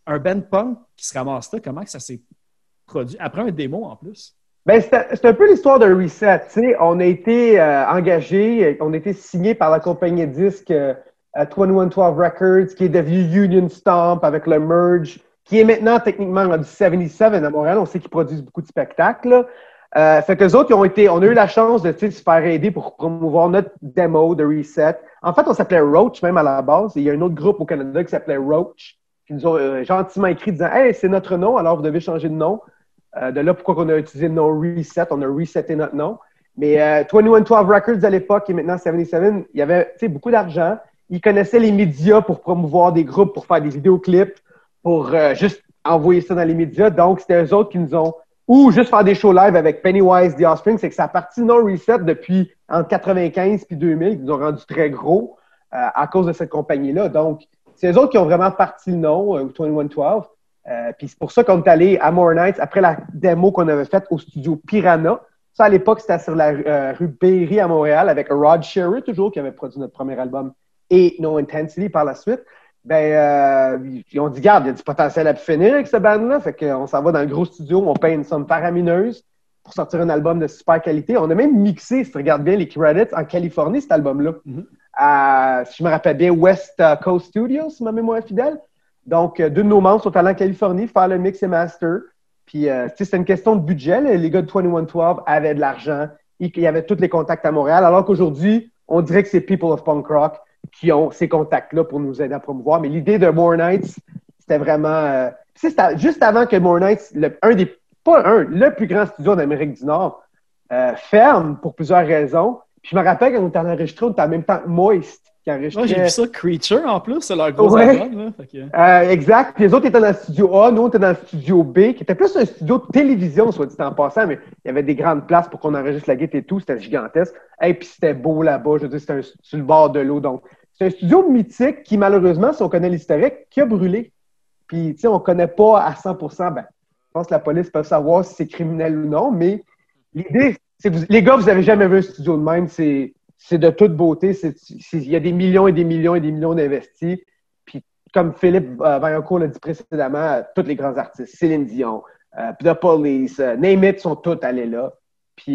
un band punk qui se ramasse là, comment que ça s'est produit? Après un démo en plus. Ben, c'est un peu l'histoire de Reset. Tu sais, on a été engagé, on a été signé par la compagnie de disques 2112 Records, qui est devenu Union Stomp avec le merge, qui est maintenant techniquement rendu 77 à Montréal. On sait qu'ils produisent beaucoup de spectacles. Fait qu'eux autres, on a eu la chance de se faire aider pour promouvoir notre démo de Reset. En fait, on s'appelait Roach même à la base. Et il y a un autre groupe au Canada qui s'appelait Roach, qui nous ont gentiment écrit disant « Hey, c'est notre nom, alors vous devez changer de nom. » De là, pourquoi on a utilisé le nom Reset. On a reseté notre nom. Mais 2112 Records à l'époque et maintenant 77, il y avait beaucoup d'argent. Ils connaissaient les médias pour promouvoir des groupes, pour faire des vidéoclips, pour juste envoyer ça dans les médias. Donc, c'était eux autres qui nous ont... Ou juste faire des shows live avec Pennywise, The Offspring. C'est que ça a parti non Reset depuis entre 95 puis 2000, qui nous ont rendu très gros à cause de cette compagnie-là. Donc, c'est eux autres qui ont vraiment parti le nom, 2112. Puis c'est pour ça qu'on est allé à More Nights après la démo qu'on avait faite au studio Piranha. Ça, à l'époque, c'était sur la rue Berry à Montréal avec Rod Shearer, toujours, qui avait produit notre premier album, et No Intensity par la suite. Ils ont dit, garde, il y a du potentiel à finir avec cette bande-là. Fait qu'on s'en va dans le gros studio, on paye une somme faramineuse pour sortir un album de super qualité. On a même mixé, si tu regardes bien les credits, en Californie, cet album-là. Si je me rappelle bien, West Coast Studios, si ma mémoire est fidèle. Donc, deux de nos membres sont allés en Californie faire le mix et master. Puis, c'est une question de budget. Les gars de 2112 avaient de l'argent. Il y avait tous les contacts à Montréal. Alors qu'aujourd'hui, on dirait que c'est People of Punk Rock qui ont ces contacts-là pour nous aider à promouvoir. Mais l'idée de More Nights, c'était vraiment... c'était juste avant que More Nights, le plus grand studio d'Amérique du Nord, ferme pour plusieurs raisons. Puis je me rappelle quand on était enregistré, on était en même temps Moist. Ouais, j'ai vu ça, Creature en plus, c'est leur gros album. Exact. Puis les autres étaient dans le studio A, nous on était dans le studio B, qui était plus un studio de télévision, soit dit en passant, mais il y avait des grandes places pour qu'on enregistre la guitare et tout, c'était gigantesque. Et puis c'était beau là-bas, je veux dire, c'était sur le bord de l'eau. Donc, c'est un studio mythique qui, malheureusement, si on connaît l'historique, qui a brûlé. Puis, tu sais, on ne connaît pas à 100%, je pense que la police peut savoir si c'est criminel ou non, mais l'idée, c'est que les gars, vous n'avez jamais vu un studio de même, c'est de toute beauté. Il y a des millions et des millions et des millions d'investis. Puis, comme Philippe Vaillancourt l'a dit précédemment, tous les grands artistes, Céline Dion, The Police, Name It, sont tous allés là. Puis,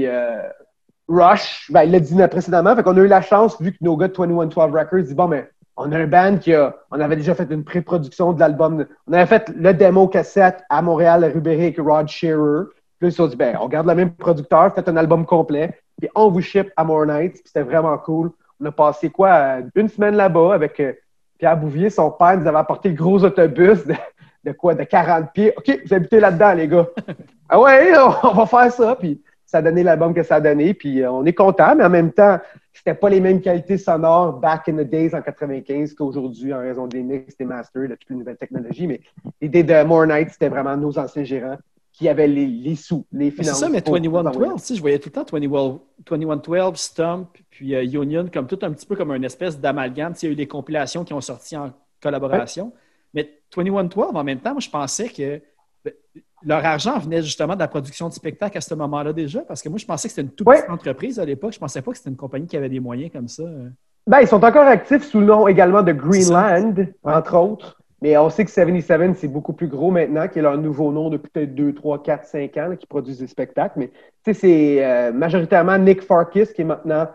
Rush, il l'a dit précédemment. Fait qu'on a eu la chance, vu que nos gars de 2112 Records disent bon, mais on a un band on avait déjà fait une pré-production de l'album. On avait fait le démo cassette à Montréal, à Rubéry avec Rod Shearer. Puis là, ils se sont dit, on garde le même producteur, faites un album complet. Puis on vous ship à More Nights. Puis c'était vraiment cool. On a passé une semaine là-bas avec Pierre Bouvier, son père nous avait apporté le gros autobus de 40 pieds. OK, vous habitez là-dedans, les gars. Ah ouais, on va faire ça. Puis ça a donné l'album que ça a donné. Puis on est content, mais en même temps, c'était pas les mêmes qualités sonores back in the days en 95 qu'aujourd'hui en raison des mix, des masters, de toutes les nouvelles technologies. Mais l'idée de More Nights, c'était vraiment nos anciens gérants qui avaient les sous, les finances. C'est ça, mais 2112, je voyais tout le temps 2112, Stomp, puis Union, comme tout un petit peu comme une espèce d'amalgame. Il y a eu des compilations qui ont sorti en collaboration. Ouais. Mais 2112, en même temps, moi, je pensais que leur argent venait justement de la production de spectacles à ce moment-là déjà, parce que moi, je pensais que c'était une toute petite entreprise à l'époque. Je ne pensais pas que c'était une compagnie qui avait des moyens comme ça. Ils sont encore actifs sous le nom également de Greenland, entre autres. Mais on sait que 77, c'est beaucoup plus gros maintenant, qui est leur nouveau nom depuis peut-être 2, 3, 4, 5 ans, qui produisent des spectacles. Mais c'est majoritairement Nick Farkis, qui est maintenant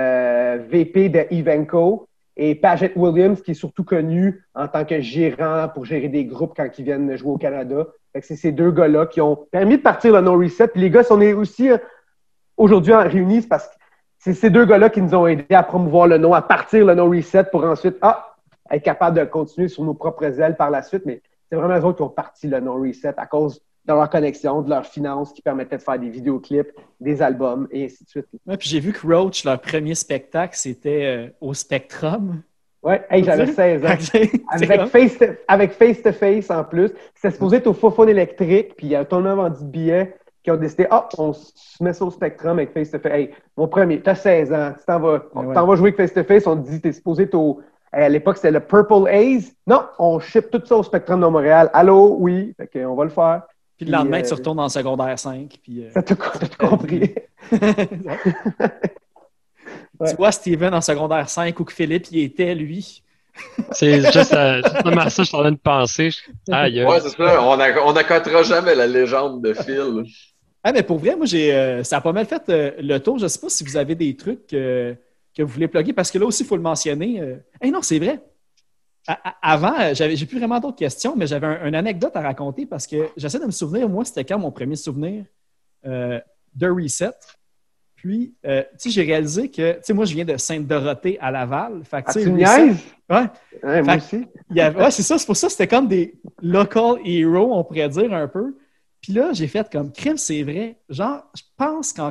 VP de Evenco, et Paget Williams, qui est surtout connu en tant que gérant pour gérer des groupes quand ils viennent jouer au Canada. Fait que c'est ces deux gars-là qui ont permis de partir le No Reset. Puis les gars sont aussi aujourd'hui réunis parce que c'est ces deux gars-là qui nous ont aidés à promouvoir le nom, à partir le No Reset pour ensuite être capable de continuer sur nos propres ailes par la suite. Mais c'est vraiment eux autres qui ont parti le No Reset à cause de leur connexion, de leurs finances qui permettaient de faire des vidéoclips, des albums et ainsi de suite. Ouais, puis j'ai vu que Roach, leur premier spectacle, c'était au Spectrum. Oui, j'avais 16 ans. Avec Face to Face en plus. C'était supposé être au Fofone électrique, puis il y a un tournoi vendu de billets qui ont décidé on se met ça au Spectrum avec Face to Face. Hey, mon premier, t'as 16 ans, tu t'en vas jouer avec Face to Face, on te dit t'es supposé être au. À l'époque, c'était le Purple Haze. Non, on ship tout ça au Spectrum de Montréal. Allô, oui, fait on va le faire. Puis le lendemain, tu retournes en secondaire 5. Puis, t'as tout compris. Tu vois Steven en secondaire 5 où que Philippe, il était, lui. C'est juste justement ça, je suis en train de penser. Aïe, Ouais, c'est ça. On n'accottera jamais la légende de Phil. Ah, mais pour vrai, moi, ça a pas mal fait le tour. Je ne sais pas si vous avez des trucs que vous voulez plugger, parce que là aussi, il faut le mentionner. Non, c'est vrai. Avant, j'ai plus vraiment d'autres questions, mais j'avais une anecdote à raconter parce que j'essaie de me souvenir, moi, c'était quand mon premier souvenir de Reset. Puis, tu sais, j'ai réalisé que, tu sais, moi, je viens de Sainte-Dorothée à Laval. Fait que, tu sais, tu Reset. niaises? Ouais. Moi aussi. Ouais, c'est ça. C'est pour ça que c'était comme des local heroes, on pourrait dire un peu. Puis là, j'ai fait comme crime, c'est vrai. Genre, je pense qu'en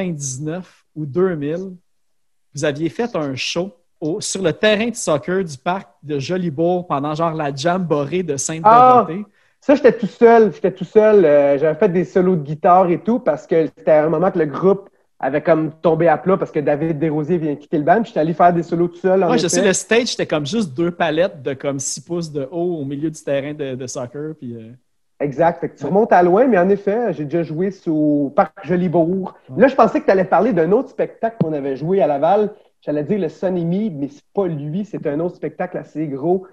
99 ou 2000, vous aviez fait un show sur le terrain de soccer du parc de Jolibourg pendant genre la jamboree de Sainte-Dorothée. Ça, j'étais tout seul. J'avais fait des solos de guitare et tout parce que c'était un moment que le groupe avait comme tombé à plat parce que David Desrosiers vient quitter le band. Puis j'étais allé faire des solos tout seul. Ouais, je sais, le stage, c'était comme juste 2 palettes de comme 6 pouces de haut au milieu du terrain de soccer. Puis, Exact. Fait que tu remontes à loin, mais en effet, j'ai déjà joué au parc Jolibourg. Là, je pensais que tu allais parler d'un autre spectacle qu'on avait joué à Laval. J'allais dire le Sonny Me, mais c'est pas lui. C'est un autre spectacle assez gros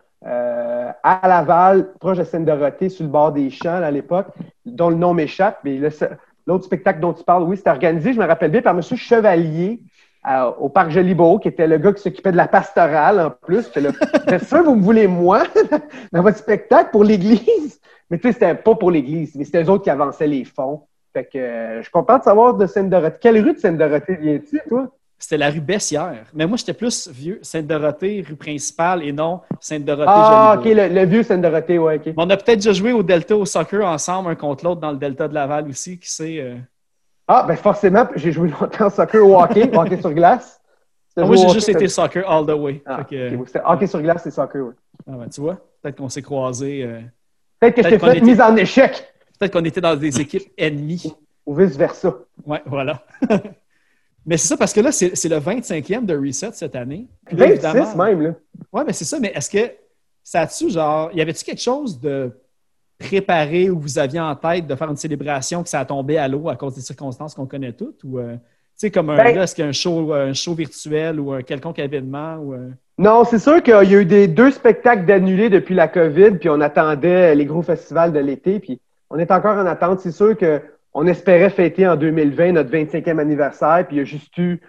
à Laval, proche de Sainte-Dorothée, sur le bord des champs à l'époque, dont le nom m'échappe. Mais l'autre spectacle dont tu parles, oui, c'était organisé, je me rappelle bien, par M. Chevalier au parc Jolibourg, qui était le gars qui s'occupait de la pastorale en plus. C'est sûr, vous me voulez moi dans votre spectacle pour l'Église? Mais tu sais, c'était pas pour l'Église, mais c'était eux autres qui avançaient les fonds. Fait que je suis content de savoir de Sainte-Dorothée. Quelle rue de Sainte-Dorothée viens-tu, toi? C'était la rue Bessières. Mais moi, j'étais plus vieux Sainte-Dorothée, rue principale, et non Sainte-Dorothée. Ah, OK, le vieux Sainte-Dorothée, ouais, OK. On a peut-être déjà joué au Delta au soccer ensemble, un contre l'autre, dans le Delta de Laval aussi, qui sait. Ah, ben forcément, j'ai joué longtemps au soccer au hockey, hockey sur glace. Moi, j'ai juste été soccer all the way. C'était hockey sur glace, c'est soccer, oui. Ah ben, tu vois, peut-être qu'on s'est croisés. Peut-être que je t'ai fait mise en échec. Peut-être qu'on était dans des équipes ennemies. Ou vice-versa. Ouais, voilà. Mais c'est ça, parce que là, c'est le 25e de Reset cette année. Puis là, 26 même, là. Ouais, mais c'est ça. Mais est-ce que ça a-tu, genre, y avait-tu quelque chose de préparé ou vous aviez en tête de faire une célébration que ça a tombé à l'eau à cause des circonstances qu'on connaît toutes? Ou, tu sais, comme est-ce qu'il y a un show virtuel ou un quelconque événement? Non, c'est sûr qu'il y a eu deux spectacles d'annulés depuis la COVID, puis on attendait les gros festivals de l'été, puis on est encore en attente. C'est sûr qu'on espérait fêter en 2020 notre 25e anniversaire, puis il y a juste eu,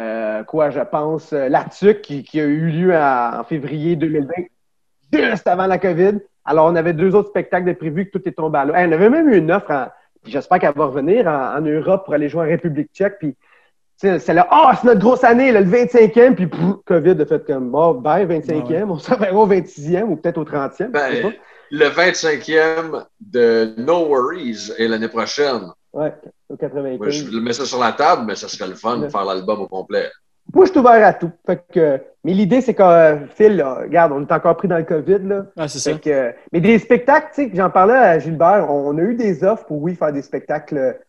je pense, la TUC qui a eu lieu en février 2020, juste avant la COVID. Alors, on avait 2 autres spectacles de prévus que tout est tombé à l'eau. On avait même eu une offre, j'espère qu'elle va revenir, en Europe pour aller jouer en République tchèque, puis c'est là, c'est notre grosse année, là, le 25e, puis COVID a fait comme, 25e, on s'en verra au 26e ou peut-être au 30e. Le 25e de No Worries est l'année prochaine. Ouais, au 95. Moi, je mets ça sur la table, mais ça serait le fun de faire l'album au complet. Moi, je suis ouvert à tout. Mais l'idée, c'est que Phil, là, regarde, on est encore pris dans le COVID. Là. Ah, c'est ça. Mais des spectacles, tu sais, j'en parlais à Gilbert, on a eu des offres pour, oui, faire des spectacles,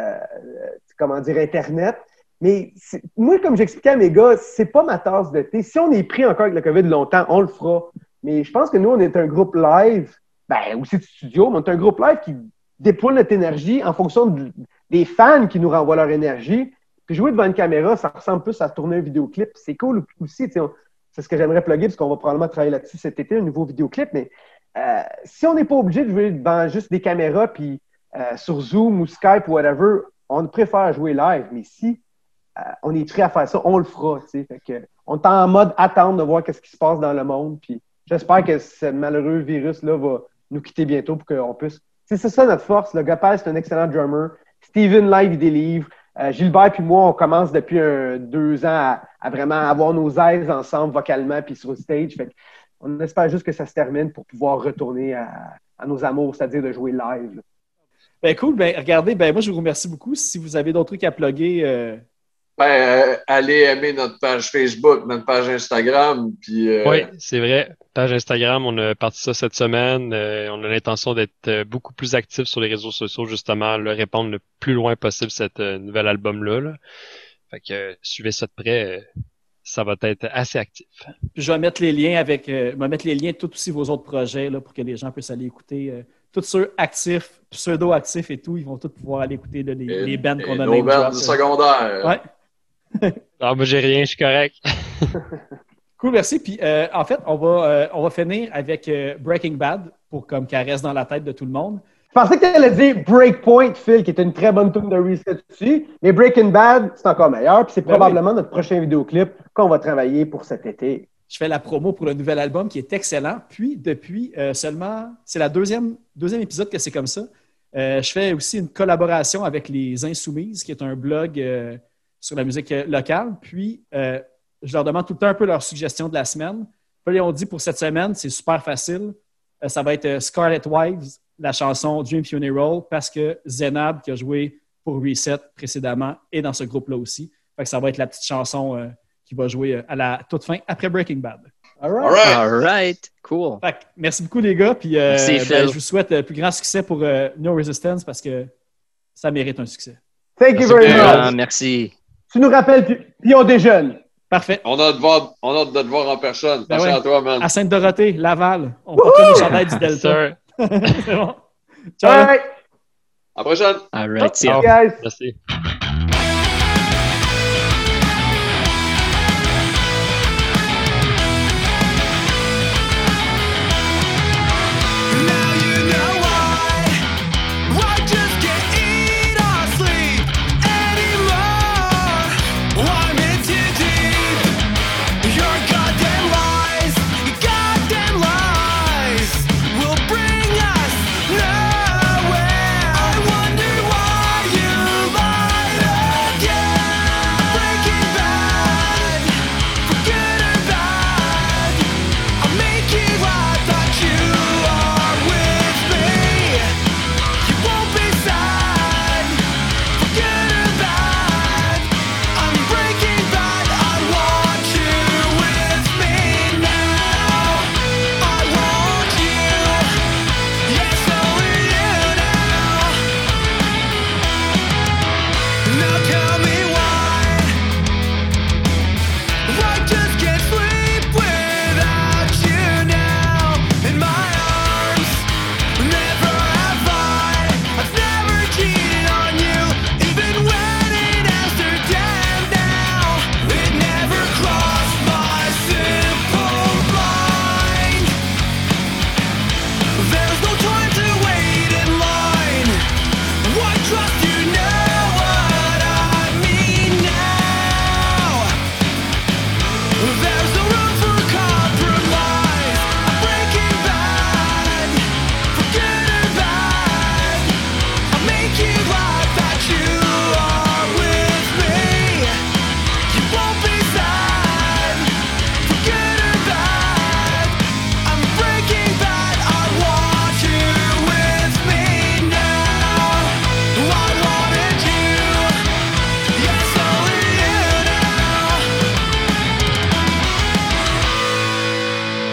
Internet. Mais moi, comme j'expliquais à mes gars, c'est pas ma tasse de thé. Si on est pris encore avec le COVID longtemps, on le fera. Mais je pense que nous, on est un groupe live, aussi de studio, mais on est un groupe live qui déploie notre énergie en fonction des fans qui nous renvoient leur énergie. Puis jouer devant une caméra, ça ressemble plus à tourner un vidéoclip. C'est cool aussi. C'est ce que j'aimerais plugger, parce qu'on va probablement travailler là-dessus cet été, un nouveau vidéoclip. Mais si on n'est pas obligé de jouer devant juste des caméras, puis sur Zoom ou Skype ou whatever, on préfère jouer live. Mais si on est prêt à faire ça, on le fera. Fait que, on est en mode attendre de voir ce qui se passe dans le monde. Puis j'espère que ce malheureux virus-là va nous quitter bientôt pour qu'on puisse. C'est ça notre force. Le Gopal, c'est un excellent drummer. Steven live, il délivre. Gilbert puis moi, on commence depuis 2 ans à vraiment avoir nos aises ensemble vocalement puis sur le stage. Fait on espère juste que ça se termine pour pouvoir retourner à nos amours, c'est-à-dire de jouer live. Ben cool. Ben regardez, moi je vous remercie beaucoup. Si vous avez d'autres trucs à plugger, allez aimer notre page Facebook, notre page Instagram. Puis, Oui, c'est vrai. Page Instagram, on a parti ça cette semaine. On a l'intention d'être beaucoup plus actifs sur les réseaux sociaux, justement, le répondre le plus loin possible cet nouvel album-là. Là. Fait que suivez ça de près, ça va être assez actif. Puis je vais mettre les liens de tous aussi vos autres projets là, pour que les gens puissent aller écouter. Tous ceux actifs, pseudo-actifs et tout, ils vont tous pouvoir aller écouter là, les bands qu'on a. Nos bands du secondaire. Ouais. Alors, moi, j'ai rien, je suis correct. Cool, merci. Puis en fait, on va finir avec Breaking Bad pour comme qu'elle reste dans la tête de tout le monde. Je pensais que tu allais dire Breakpoint, Phil, qui était une très bonne tune de reset dessus. Mais Breaking Bad, c'est encore meilleur. Puis c'est probablement notre prochain vidéoclip qu'on va travailler pour cet été. Je fais la promo pour le nouvel album qui est excellent. Puis depuis seulement, c'est la deuxième épisode que c'est comme ça. Je fais aussi une collaboration avec les Insoumises, qui est un blog sur la musique locale. Puis je leur demande tout le temps un peu leurs suggestions de la semaine. Puis ils ont dit pour cette semaine, c'est super facile. Ça va être Scarlet Wives, la chanson Dream Funeral, parce que Zenab, qui a joué pour Reset précédemment, est dans ce groupe-là aussi. Fait que ça va être la petite chanson qui va jouer à la toute fin après Breaking Bad. All right. Cool. Fait que, merci beaucoup, les gars. Puis merci, je vous souhaite le plus grand succès pour No Resistance parce que ça mérite un succès. Thank you very much. Merci. Tu nous rappelles, puis on déjeune. Parfait. On a hâte de te voir en personne. Merci à toi, man. À Sainte-Dorothée, Laval. On porte le chandail du Delta. C'est bon. Ciao. All right. À la prochaine. All right. See you guys. Merci.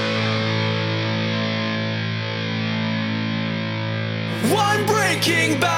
One Breaking Bad.